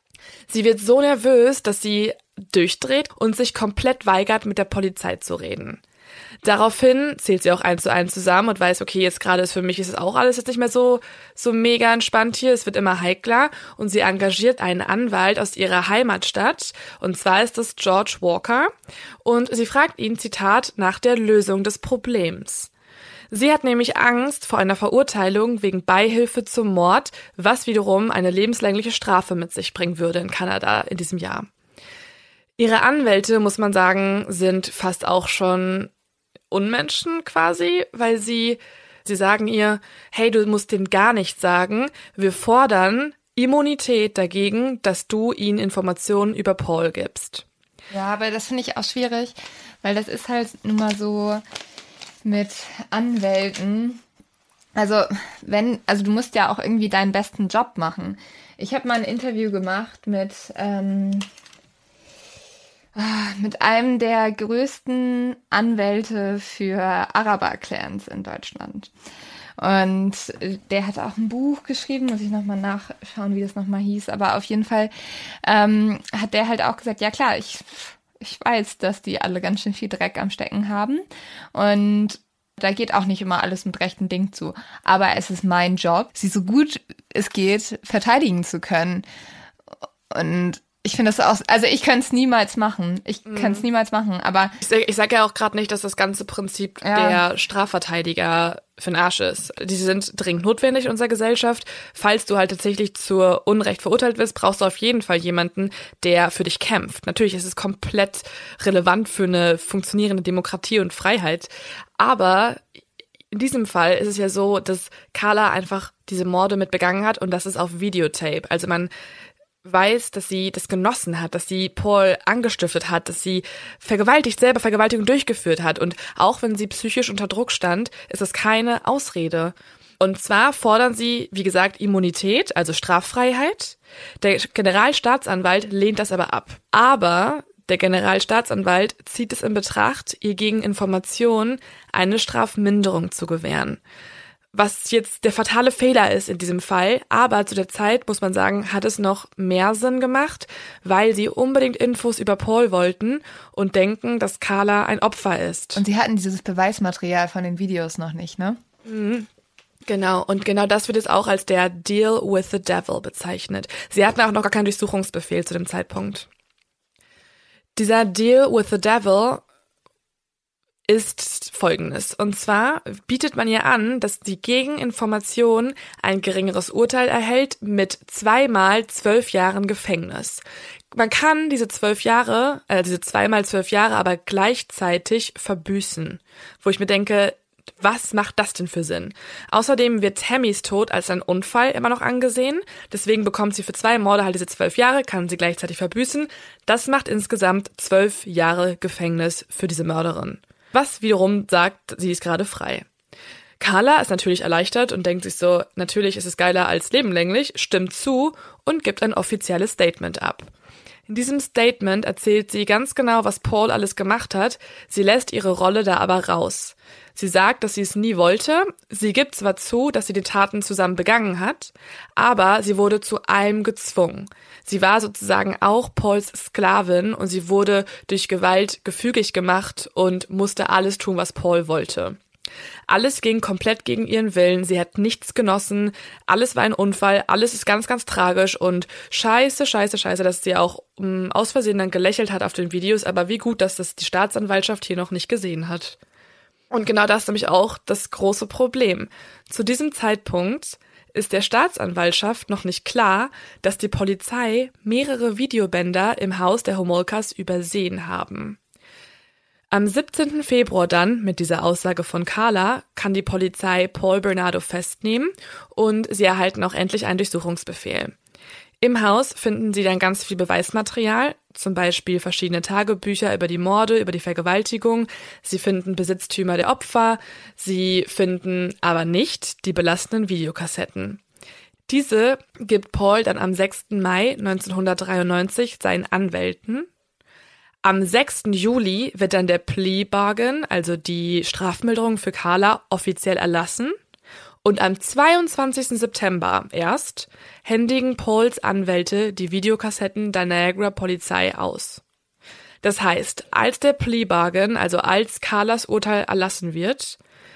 Sie wird so nervös, dass sie durchdreht und sich komplett weigert, mit der Polizei zu reden. Daraufhin zählt sie auch eins zu eins zusammen und weiß, okay, jetzt gerade ist für mich ist es auch alles jetzt nicht mehr so so mega entspannt hier, es wird immer heikler und sie engagiert einen Anwalt aus ihrer Heimatstadt und zwar ist das George Walker und sie fragt ihn, Zitat, nach der Lösung des Problems. Sie hat nämlich Angst vor einer Verurteilung wegen Beihilfe zum Mord, was wiederum eine lebenslängliche Strafe mit sich bringen würde in Kanada in diesem Jahr. Ihre Anwälte, muss man sagen, sind fast auch schon Unmenschen quasi, weil sie, sie sagen ihr, hey, du musst denen gar nichts sagen. Wir fordern Immunität dagegen, dass du ihnen Informationen über Paul gibst. Ja, aber das finde ich auch schwierig, weil das ist halt nun mal so mit Anwälten. Also wenn, also du musst ja auch irgendwie deinen besten Job machen. Ich habe mal ein Interview gemacht mit ähm, mit einem der größten Anwälte für Araber-Clans in Deutschland. Und der hat auch ein Buch geschrieben, muss ich nochmal nachschauen, wie das nochmal hieß. Aber auf jeden Fall ähm, hat der halt auch gesagt, ja klar, ich, ich weiß, dass die alle ganz schön viel Dreck am Stecken haben. Und da geht auch nicht immer alles mit rechten Dingen zu. Aber es ist mein Job, sie so gut es geht verteidigen zu können. Und ich finde das auch, also ich könnte es niemals machen. Ich mhm. kann es niemals machen, aber... Ich sage ich sag ja auch gerade nicht, dass das ganze Prinzip ja. der Strafverteidiger für den Arsch ist. Die sind dringend notwendig in unserer Gesellschaft. Falls du halt tatsächlich zur Unrecht verurteilt wirst, brauchst du auf jeden Fall jemanden, der für dich kämpft. Natürlich ist es komplett relevant für eine funktionierende Demokratie und Freiheit, aber... In diesem Fall ist es ja so, dass Carla einfach diese Morde mit begangen hat und das ist auf Videotape. Also man weiß, dass sie das genossen hat, dass sie Paul angestiftet hat, dass sie vergewaltigt, selber Vergewaltigung durchgeführt hat. Und auch wenn sie psychisch unter Druck stand, ist es keine Ausrede. Und zwar fordern sie, wie gesagt, Immunität, also Straffreiheit. Der Generalstaatsanwalt lehnt das aber ab. Aber der Generalstaatsanwalt zieht es in Betracht, ihr gegen Informationen eine Strafminderung zu gewähren. Was jetzt der fatale Fehler ist in diesem Fall, aber zu der Zeit, muss man sagen, hat es noch mehr Sinn gemacht, weil sie unbedingt Infos über Paul wollten und denken, dass Carla ein Opfer ist. Und sie hatten dieses Beweismaterial von den Videos noch nicht, ne? Mhm. Genau, und genau das wird jetzt auch als der Deal with the Devil bezeichnet. Sie hatten auch noch gar keinen Durchsuchungsbefehl zu dem Zeitpunkt. Dieser Deal with the Devil ist folgendes. Und zwar bietet man ihr an, dass die Gegeninformation ein geringeres Urteil erhält mit zweimal zwölf Jahren Gefängnis. Man kann diese zwölf Jahre, äh, diese zweimal zwölf Jahre aber gleichzeitig verbüßen. Wo ich mir denke, was macht das denn für Sinn? Außerdem wird Tammys Tod als ein Unfall immer noch angesehen. Deswegen bekommt sie für zwei Morde halt diese zwölf Jahre, kann sie gleichzeitig verbüßen. Das macht insgesamt zwölf Jahre Gefängnis für diese Mörderin. Was wiederum sagt, sie ist gerade frei. Carla ist natürlich erleichtert und denkt sich so, natürlich ist es geiler als lebenlänglich, stimmt zu und gibt ein offizielles Statement ab. In diesem Statement erzählt sie ganz genau, was Paul alles gemacht hat, sie lässt ihre Rolle da aber raus. Sie sagt, dass sie es nie wollte, sie gibt zwar zu, dass sie die Taten zusammen begangen hat, aber sie wurde zu allem gezwungen. Sie war sozusagen auch Pauls Sklavin und sie wurde durch Gewalt gefügig gemacht und musste alles tun, was Paul wollte. Alles ging komplett gegen ihren Willen, sie hat nichts genossen, alles war ein Unfall, alles ist ganz, ganz tragisch und scheiße, scheiße, scheiße, dass sie auch um, aus Versehen dann gelächelt hat auf den Videos, aber wie gut, dass das die Staatsanwaltschaft hier noch nicht gesehen hat. Und genau das ist nämlich auch das große Problem. Zu diesem Zeitpunkt ist der Staatsanwaltschaft noch nicht klar, dass die Polizei mehrere Videobänder im Haus der Homolkas übersehen haben. Am siebzehnten Februar dann, mit dieser Aussage von Carla, kann die Polizei Paul Bernardo festnehmen und sie erhalten auch endlich einen Durchsuchungsbefehl. Im Haus finden sie dann ganz viel Beweismaterial, zum Beispiel verschiedene Tagebücher über die Morde, über die Vergewaltigung. Sie finden Besitztümer der Opfer, sie finden aber nicht die belastenden Videokassetten. Diese gibt Paul dann am sechsten Mai neunzehnhundertdreiundneunzig seinen Anwälten. Am sechsten Juli wird dann der Plea Bargain, also die Strafmilderung für Carla, offiziell erlassen. Und am zweiundzwanzigsten September erst händigen Pauls Anwälte die Videokassetten der Niagara-Polizei aus. Das heißt, als der Plea Bargain, also als Carlas Urteil erlassen wird,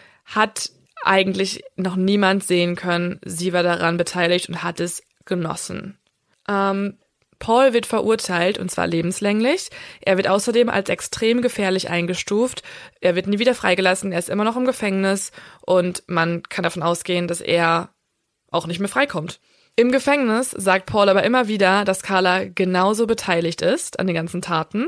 hat eigentlich noch niemand sehen können, sie war daran beteiligt und hat es genossen. Ähm, Paul wird verurteilt, und zwar lebenslänglich. Er wird außerdem als extrem gefährlich eingestuft. Er wird nie wieder freigelassen, er ist immer noch im Gefängnis und man kann davon ausgehen, dass er auch nicht mehr freikommt. Im Gefängnis sagt Paul aber immer wieder, dass Carla genauso beteiligt ist an den ganzen Taten.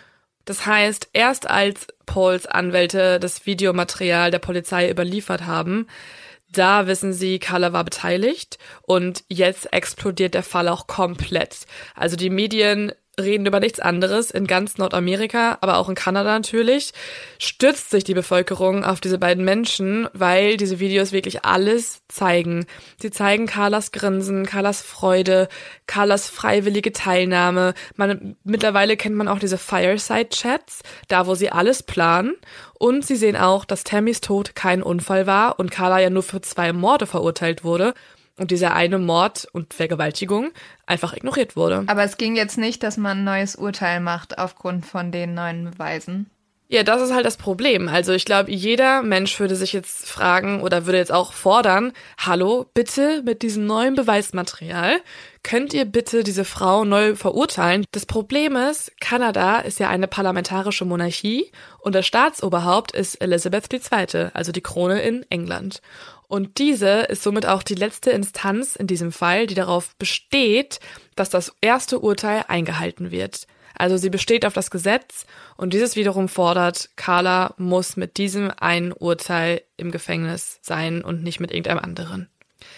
Das heißt, erst als Pauls Anwälte das Videomaterial der Polizei überliefert haben, da wissen sie, Carla war beteiligt und jetzt explodiert der Fall auch komplett. Also die Medien reden über nichts anderes. In ganz Nordamerika, aber auch in Kanada natürlich, stürzt sich die Bevölkerung auf diese beiden Menschen, weil diese Videos wirklich alles zeigen. Sie zeigen Carlas Grinsen, Carlas Freude, Carlas freiwillige Teilnahme. Man, mittlerweile kennt man auch diese Fireside-Chats, da wo sie alles planen. Und sie sehen auch, dass Tammys Tod kein Unfall war und Carla ja nur für zwei Morde verurteilt wurde. Und dieser eine Mord und Vergewaltigung einfach ignoriert wurde. Aber es ging jetzt nicht, dass man ein neues Urteil macht aufgrund von den neuen Beweisen. Ja, das ist halt das Problem. Also ich glaube, jeder Mensch würde sich jetzt fragen oder würde jetzt auch fordern, hallo, bitte mit diesem neuen Beweismaterial könnt ihr bitte diese Frau neu verurteilen. Das Problem ist, Kanada ist ja eine parlamentarische Monarchie und das Staatsoberhaupt ist Elizabeth die Zweite, also die Krone in England. Und diese ist somit auch die letzte Instanz in diesem Fall, die darauf besteht, dass das erste Urteil eingehalten wird. Also sie besteht auf das Gesetz und dieses wiederum fordert, Carla muss mit diesem einen Urteil im Gefängnis sein und nicht mit irgendeinem anderen.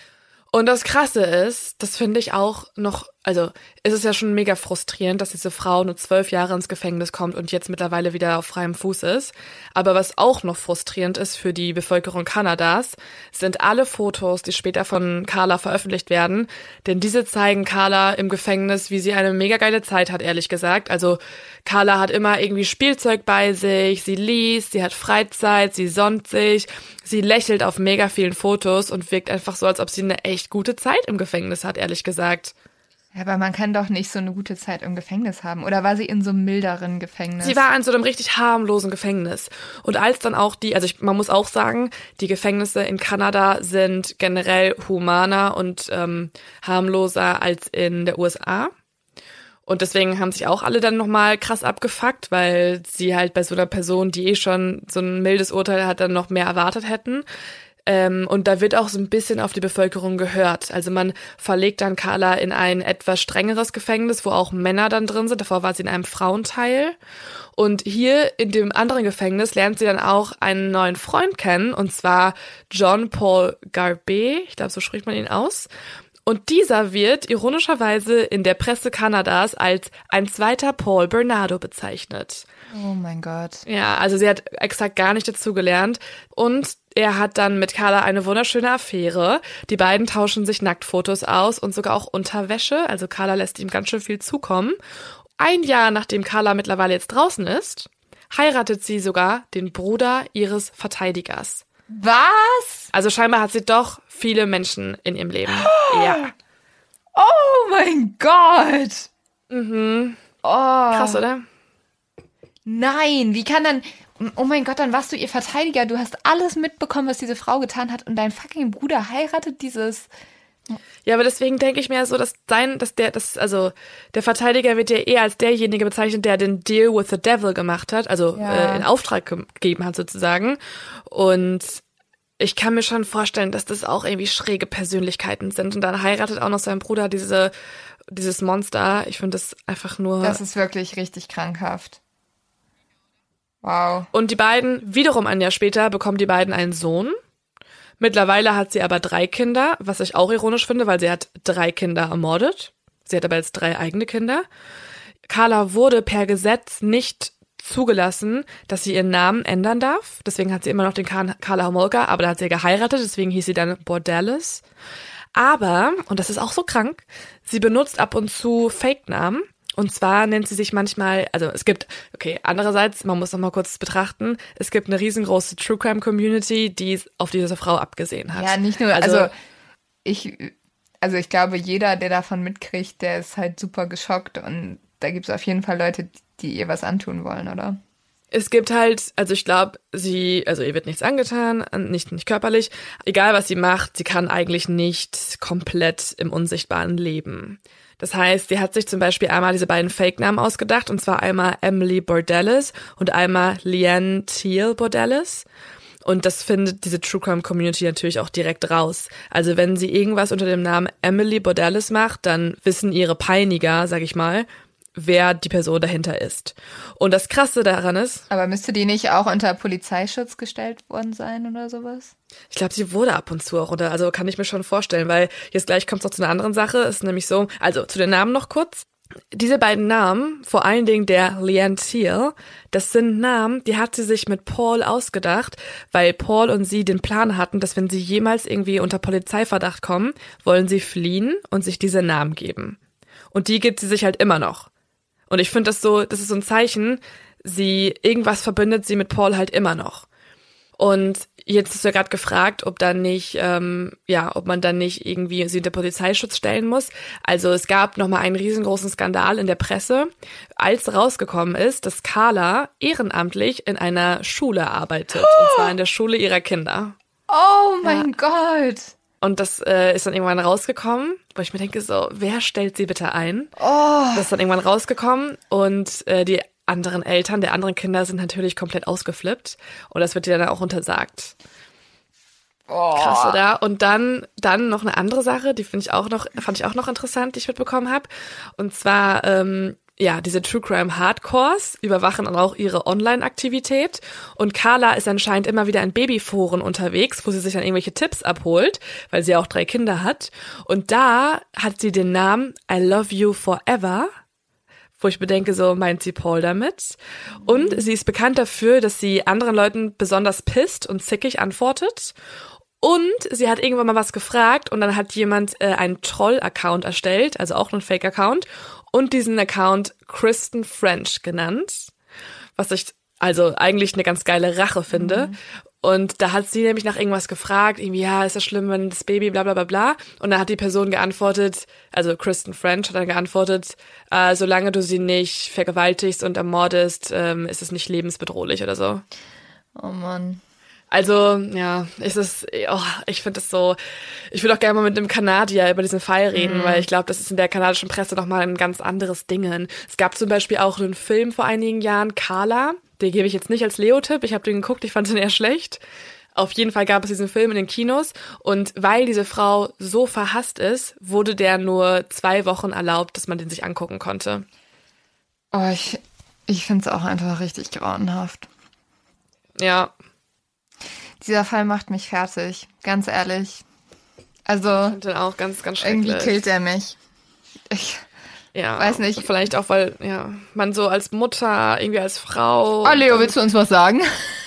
Und das Krasse ist, das finde ich auch noch, also es ist ja schon mega frustrierend, dass diese Frau nur zwölf Jahre ins Gefängnis kommt und jetzt mittlerweile wieder auf freiem Fuß ist. Aber was auch noch frustrierend ist für die Bevölkerung Kanadas, sind alle Fotos, die später von Carla veröffentlicht werden. Denn diese zeigen Carla im Gefängnis, wie sie eine mega geile Zeit hat, ehrlich gesagt. Also Carla hat immer irgendwie Spielzeug bei sich, sie liest, sie hat Freizeit, sie sonnt sich, sie lächelt auf mega vielen Fotos und wirkt einfach so, als ob sie eine echt gute Zeit im Gefängnis hat, ehrlich gesagt. Ja, aber man kann doch nicht so eine gute Zeit im Gefängnis haben. Oder war sie in so einem milderen Gefängnis? Sie war in so einem richtig harmlosen Gefängnis. Und als dann auch die, also ich, man muss auch sagen, die Gefängnisse in Kanada sind generell humaner und ähm, harmloser als in der U S A. Und deswegen haben sich auch alle dann nochmal krass abgefuckt, weil sie halt bei so einer Person, die eh schon so ein mildes Urteil hat, dann noch mehr erwartet hätten. Ähm, und da wird auch so ein bisschen auf die Bevölkerung gehört. Also man verlegt dann Carla in ein etwas strengeres Gefängnis, wo auch Männer dann drin sind. Davor war sie in einem Frauenteil. Und hier in dem anderen Gefängnis lernt sie dann auch einen neuen Freund kennen, und zwar John Paul Garbet. Ich glaube, so spricht man ihn aus. Und dieser wird ironischerweise in der Presse Kanadas als ein zweiter Paul Bernardo bezeichnet. Oh mein Gott. Ja, also sie hat exakt gar nicht dazugelernt. Und er hat dann mit Carla eine wunderschöne Affäre. Die beiden tauschen sich Nacktfotos aus und sogar auch Unterwäsche. Also Carla lässt ihm ganz schön viel zukommen. Ein Jahr nachdem Carla mittlerweile jetzt draußen ist, heiratet sie sogar den Bruder ihres Verteidigers. Was? Also scheinbar hat sie doch viele Menschen in ihrem Leben. Oh. Ja. Oh mein Gott. Mhm. Oh. Krass, oder? Nein, wie kann dann... Oh mein Gott, dann warst du ihr Verteidiger. Du hast alles mitbekommen, was diese Frau getan hat und dein fucking Bruder heiratet dieses... Ja, aber deswegen denke ich mir so, dass dein, dass der, das, also der Verteidiger wird ja eher als derjenige bezeichnet, der den Deal with the Devil gemacht hat, also ja. äh, in Auftrag gegeben hat sozusagen. Und ich kann mir schon vorstellen, dass das auch irgendwie schräge Persönlichkeiten sind. Und dann heiratet auch noch sein Bruder diese, dieses Monster. Ich finde das einfach nur... Das ist wirklich richtig krankhaft. Wow. Und die beiden, wiederum ein Jahr später, bekommen die beiden einen Sohn. Mittlerweile hat sie aber drei Kinder, was ich auch ironisch finde, weil sie hat drei Kinder ermordet. Sie hat aber jetzt drei eigene Kinder. Carla wurde per Gesetz nicht zugelassen, dass sie ihren Namen ändern darf. Deswegen hat sie immer noch den Carla Homolka, aber da hat sie geheiratet, deswegen hieß sie dann Bordellis. Aber, und das ist auch so krank, sie benutzt ab und zu Fake-Namen. Und zwar nennt sie sich manchmal, also es gibt, okay, andererseits, man muss noch mal kurz betrachten, es gibt eine riesengroße True Crime Community, die auf diese Frau abgesehen hat. Ja, nicht nur, also, also ich, also ich glaube, jeder, der davon mitkriegt, der ist halt super geschockt und da gibt es auf jeden Fall Leute, die ihr was antun wollen, oder? Es gibt halt, also ich glaube, sie, also ihr wird nichts angetan, nicht, nicht körperlich, egal was sie macht, sie kann eigentlich nicht komplett im Unsichtbaren leben. Das heißt, sie hat sich zum Beispiel einmal diese beiden Fake-Namen ausgedacht, und zwar einmal Emily Bordellis und einmal Leanne Teal Bordellis. Und das findet diese True Crime Community natürlich auch direkt raus. Also wenn sie irgendwas unter dem Namen Emily Bordellis macht, dann wissen ihre Peiniger, sag ich mal, wer die Person dahinter ist. Und das Krasse daran ist... Aber müsste die nicht auch unter Polizeischutz gestellt worden sein oder sowas? Ich glaube, sie wurde ab und zu auch unter, also kann ich mir schon vorstellen, weil jetzt gleich kommt es noch zu einer anderen Sache, ist nämlich so, also zu den Namen noch kurz. Diese beiden Namen, vor allen Dingen der Leanne Teal, das sind Namen, die hat sie sich mit Paul ausgedacht, weil Paul und sie den Plan hatten, dass wenn sie jemals irgendwie unter Polizeiverdacht kommen, wollen sie fliehen und sich diese Namen geben. Und die gibt sie sich halt immer noch. Und ich finde das so, das ist so ein Zeichen, sie, irgendwas verbindet sie mit Paul halt immer noch. Und jetzt ist ja gerade gefragt, ob dann nicht, ähm, ja, ob man dann nicht irgendwie sie unter Polizeischutz stellen muss. Also es gab nochmal einen riesengroßen Skandal in der Presse, als rausgekommen ist, dass Carla ehrenamtlich in einer Schule arbeitet. Oh. Und zwar in der Schule ihrer Kinder. Oh mein ja. Gott! Und das äh, ist dann irgendwann rausgekommen, wo ich mir denke so, wer stellt sie bitte ein? Oh. Das ist dann irgendwann rausgekommen und äh, die anderen Eltern der anderen Kinder sind natürlich komplett ausgeflippt und das wird dir dann auch untersagt. Oh. Krass, oder? Und dann dann noch eine andere Sache, die finde ich auch noch fand ich auch noch interessant, die ich mitbekommen habe. Und zwar ähm, ja, diese True Crime Hardcores überwachen dann auch ihre Online-Aktivität und Carla ist anscheinend immer wieder in Babyforen unterwegs, wo sie sich dann irgendwelche Tipps abholt, weil sie auch drei Kinder hat. Und da hat sie den Namen I Love You Forever, wo ich bedenke, so meint sie Paul damit. Und sie ist bekannt dafür, dass sie anderen Leuten besonders pisst und zickig antwortet. Und sie hat irgendwann mal was gefragt und dann hat jemand äh, einen Troll-Account erstellt, also auch einen Fake-Account, und diesen Account Kristen French genannt, was ich also eigentlich eine ganz geile Rache finde. Mhm. Und da hat sie nämlich nach irgendwas gefragt, irgendwie, ja, ist das schlimm, wenn das Baby bla bla bla bla. Und dann hat die Person geantwortet, also Kristen French hat dann geantwortet, äh, solange du sie nicht vergewaltigst und ermordest, ähm, ist es nicht lebensbedrohlich oder so. Oh Mann. Also, ja, ist es, oh, ich finde das so, ich würde auch gerne mal mit einem Kanadier über diesen Fall reden, mhm. weil ich glaube, das ist in der kanadischen Presse nochmal ein ganz anderes Ding. Es gab zum Beispiel auch einen Film vor einigen Jahren, Carla, den gebe ich jetzt nicht als Leo-Tipp, ich habe den geguckt, ich fand den eher schlecht. Auf jeden Fall gab es diesen Film in den Kinos und weil diese Frau so verhasst ist, wurde der nur zwei Wochen erlaubt, dass man den sich angucken konnte. Oh, ich, ich finde es auch einfach richtig grauenhaft. Ja. Dieser Fall macht mich fertig, ganz ehrlich. Also, ich finde den auch ganz, ganz schrecklich. Irgendwie killt er mich. Ich ja, weiß nicht. Vielleicht auch, weil ja man so als Mutter, irgendwie als Frau... Oh, Leo, willst du uns was sagen?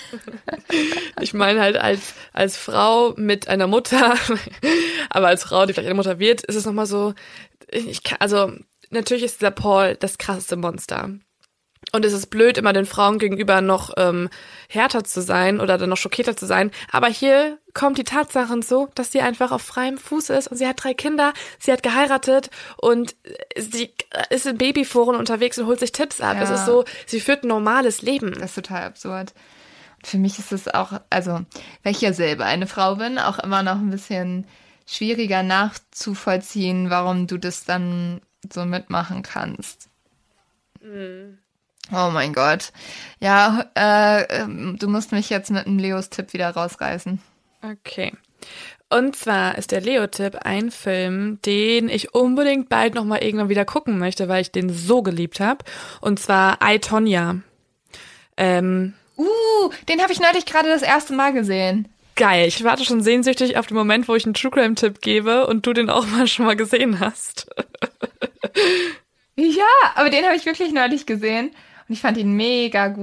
Ich meine halt als als Frau mit einer Mutter, aber als Frau, die vielleicht eine Mutter wird, ist es nochmal so, ich kann, also natürlich ist dieser Paul das krasseste Monster. Und es ist blöd, immer den Frauen gegenüber noch ähm, härter zu sein oder dann noch schockierter zu sein. Aber hier kommt die Tatsache hinzu, dass sie einfach auf freiem Fuß ist und sie hat drei Kinder, sie hat geheiratet und sie ist in Babyforen unterwegs und holt sich Tipps ab. Es ja. ist so, sie führt ein normales Leben. Das ist total absurd. Und für mich ist es auch, also, weil ich ja selber eine Frau bin, auch immer noch ein bisschen schwieriger nachzuvollziehen, warum du das dann so mitmachen kannst. Mhm. Oh mein Gott. Ja, äh, du musst mich jetzt mit einem Leos-Tipp wieder rausreißen. Okay. Und zwar ist der Leo-Tipp ein Film, den ich unbedingt bald nochmal irgendwann wieder gucken möchte, weil ich den so geliebt habe. Und zwar I, Tonya. Ähm, uh, den habe ich neulich gerade das erste Mal gesehen. Geil. Ich warte schon sehnsüchtig auf den Moment, wo ich einen True Crime-Tipp gebe und du den auch mal schon mal gesehen hast. Ja, aber den habe ich wirklich neulich gesehen. Und ich fand ihn mega gut.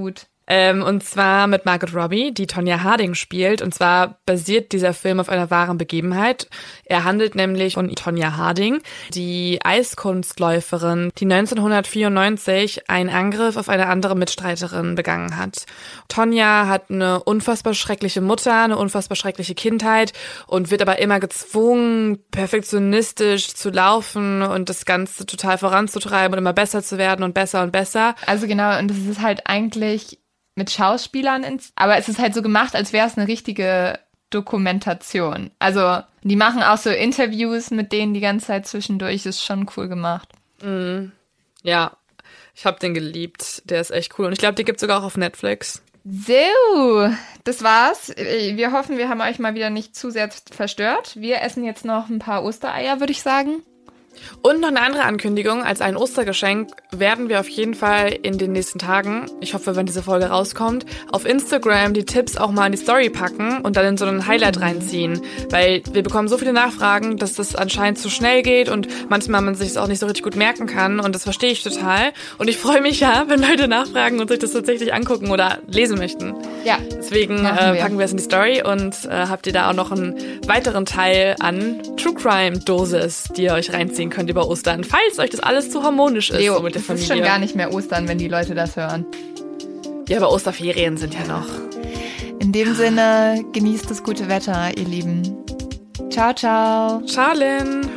Ähm, und zwar mit Margot Robbie, die Tonya Harding spielt. Und zwar basiert dieser Film auf einer wahren Begebenheit. Er handelt nämlich von Tonya Harding, die Eiskunstläuferin, die neunzehnhundertvierundneunzig einen Angriff auf eine andere Mitstreiterin begangen hat. Tonya hat eine unfassbar schreckliche Mutter, eine unfassbar schreckliche Kindheit und wird aber immer gezwungen, perfektionistisch zu laufen und das Ganze total voranzutreiben und immer besser zu werden und besser und besser. Also genau, und das ist halt eigentlich mit Schauspielern, ins, aber es ist halt so gemacht, als wäre es eine richtige Dokumentation. Also die machen auch so Interviews mit denen die ganze Zeit zwischendurch, ist schon cool gemacht. Mm, ja, ich hab den geliebt, der ist echt cool und ich glaube, die gibt's sogar auch auf Netflix. So, das war's. Wir hoffen, wir haben euch mal wieder nicht zu sehr verstört. Wir essen jetzt noch ein paar Ostereier, würde ich sagen. Und noch eine andere Ankündigung, als ein Ostergeschenk werden wir auf jeden Fall in den nächsten Tagen, ich hoffe, wenn diese Folge rauskommt, auf Instagram die Tipps auch mal in die Story packen und dann in so einen Highlight reinziehen. Weil wir bekommen so viele Nachfragen, dass das anscheinend zu schnell geht und manchmal man sich es auch nicht so richtig gut merken kann und das verstehe ich total. Und ich freue mich ja, wenn Leute nachfragen und sich das tatsächlich angucken oder lesen möchten. Ja. Deswegen äh, packen wir es in die Story und äh, habt ihr da auch noch einen weiteren Teil an True Crime Dosis, die ihr euch reinziehen könnt über Ostern, falls euch das alles zu harmonisch ist. Leo, so mit der das Familie. ist schon gar nicht mehr Ostern, wenn die Leute das hören. Ja, aber Osterferien sind ja noch. In dem Sinne, genießt das gute Wetter, ihr Lieben. Ciao, ciao. Ciao, Lynn.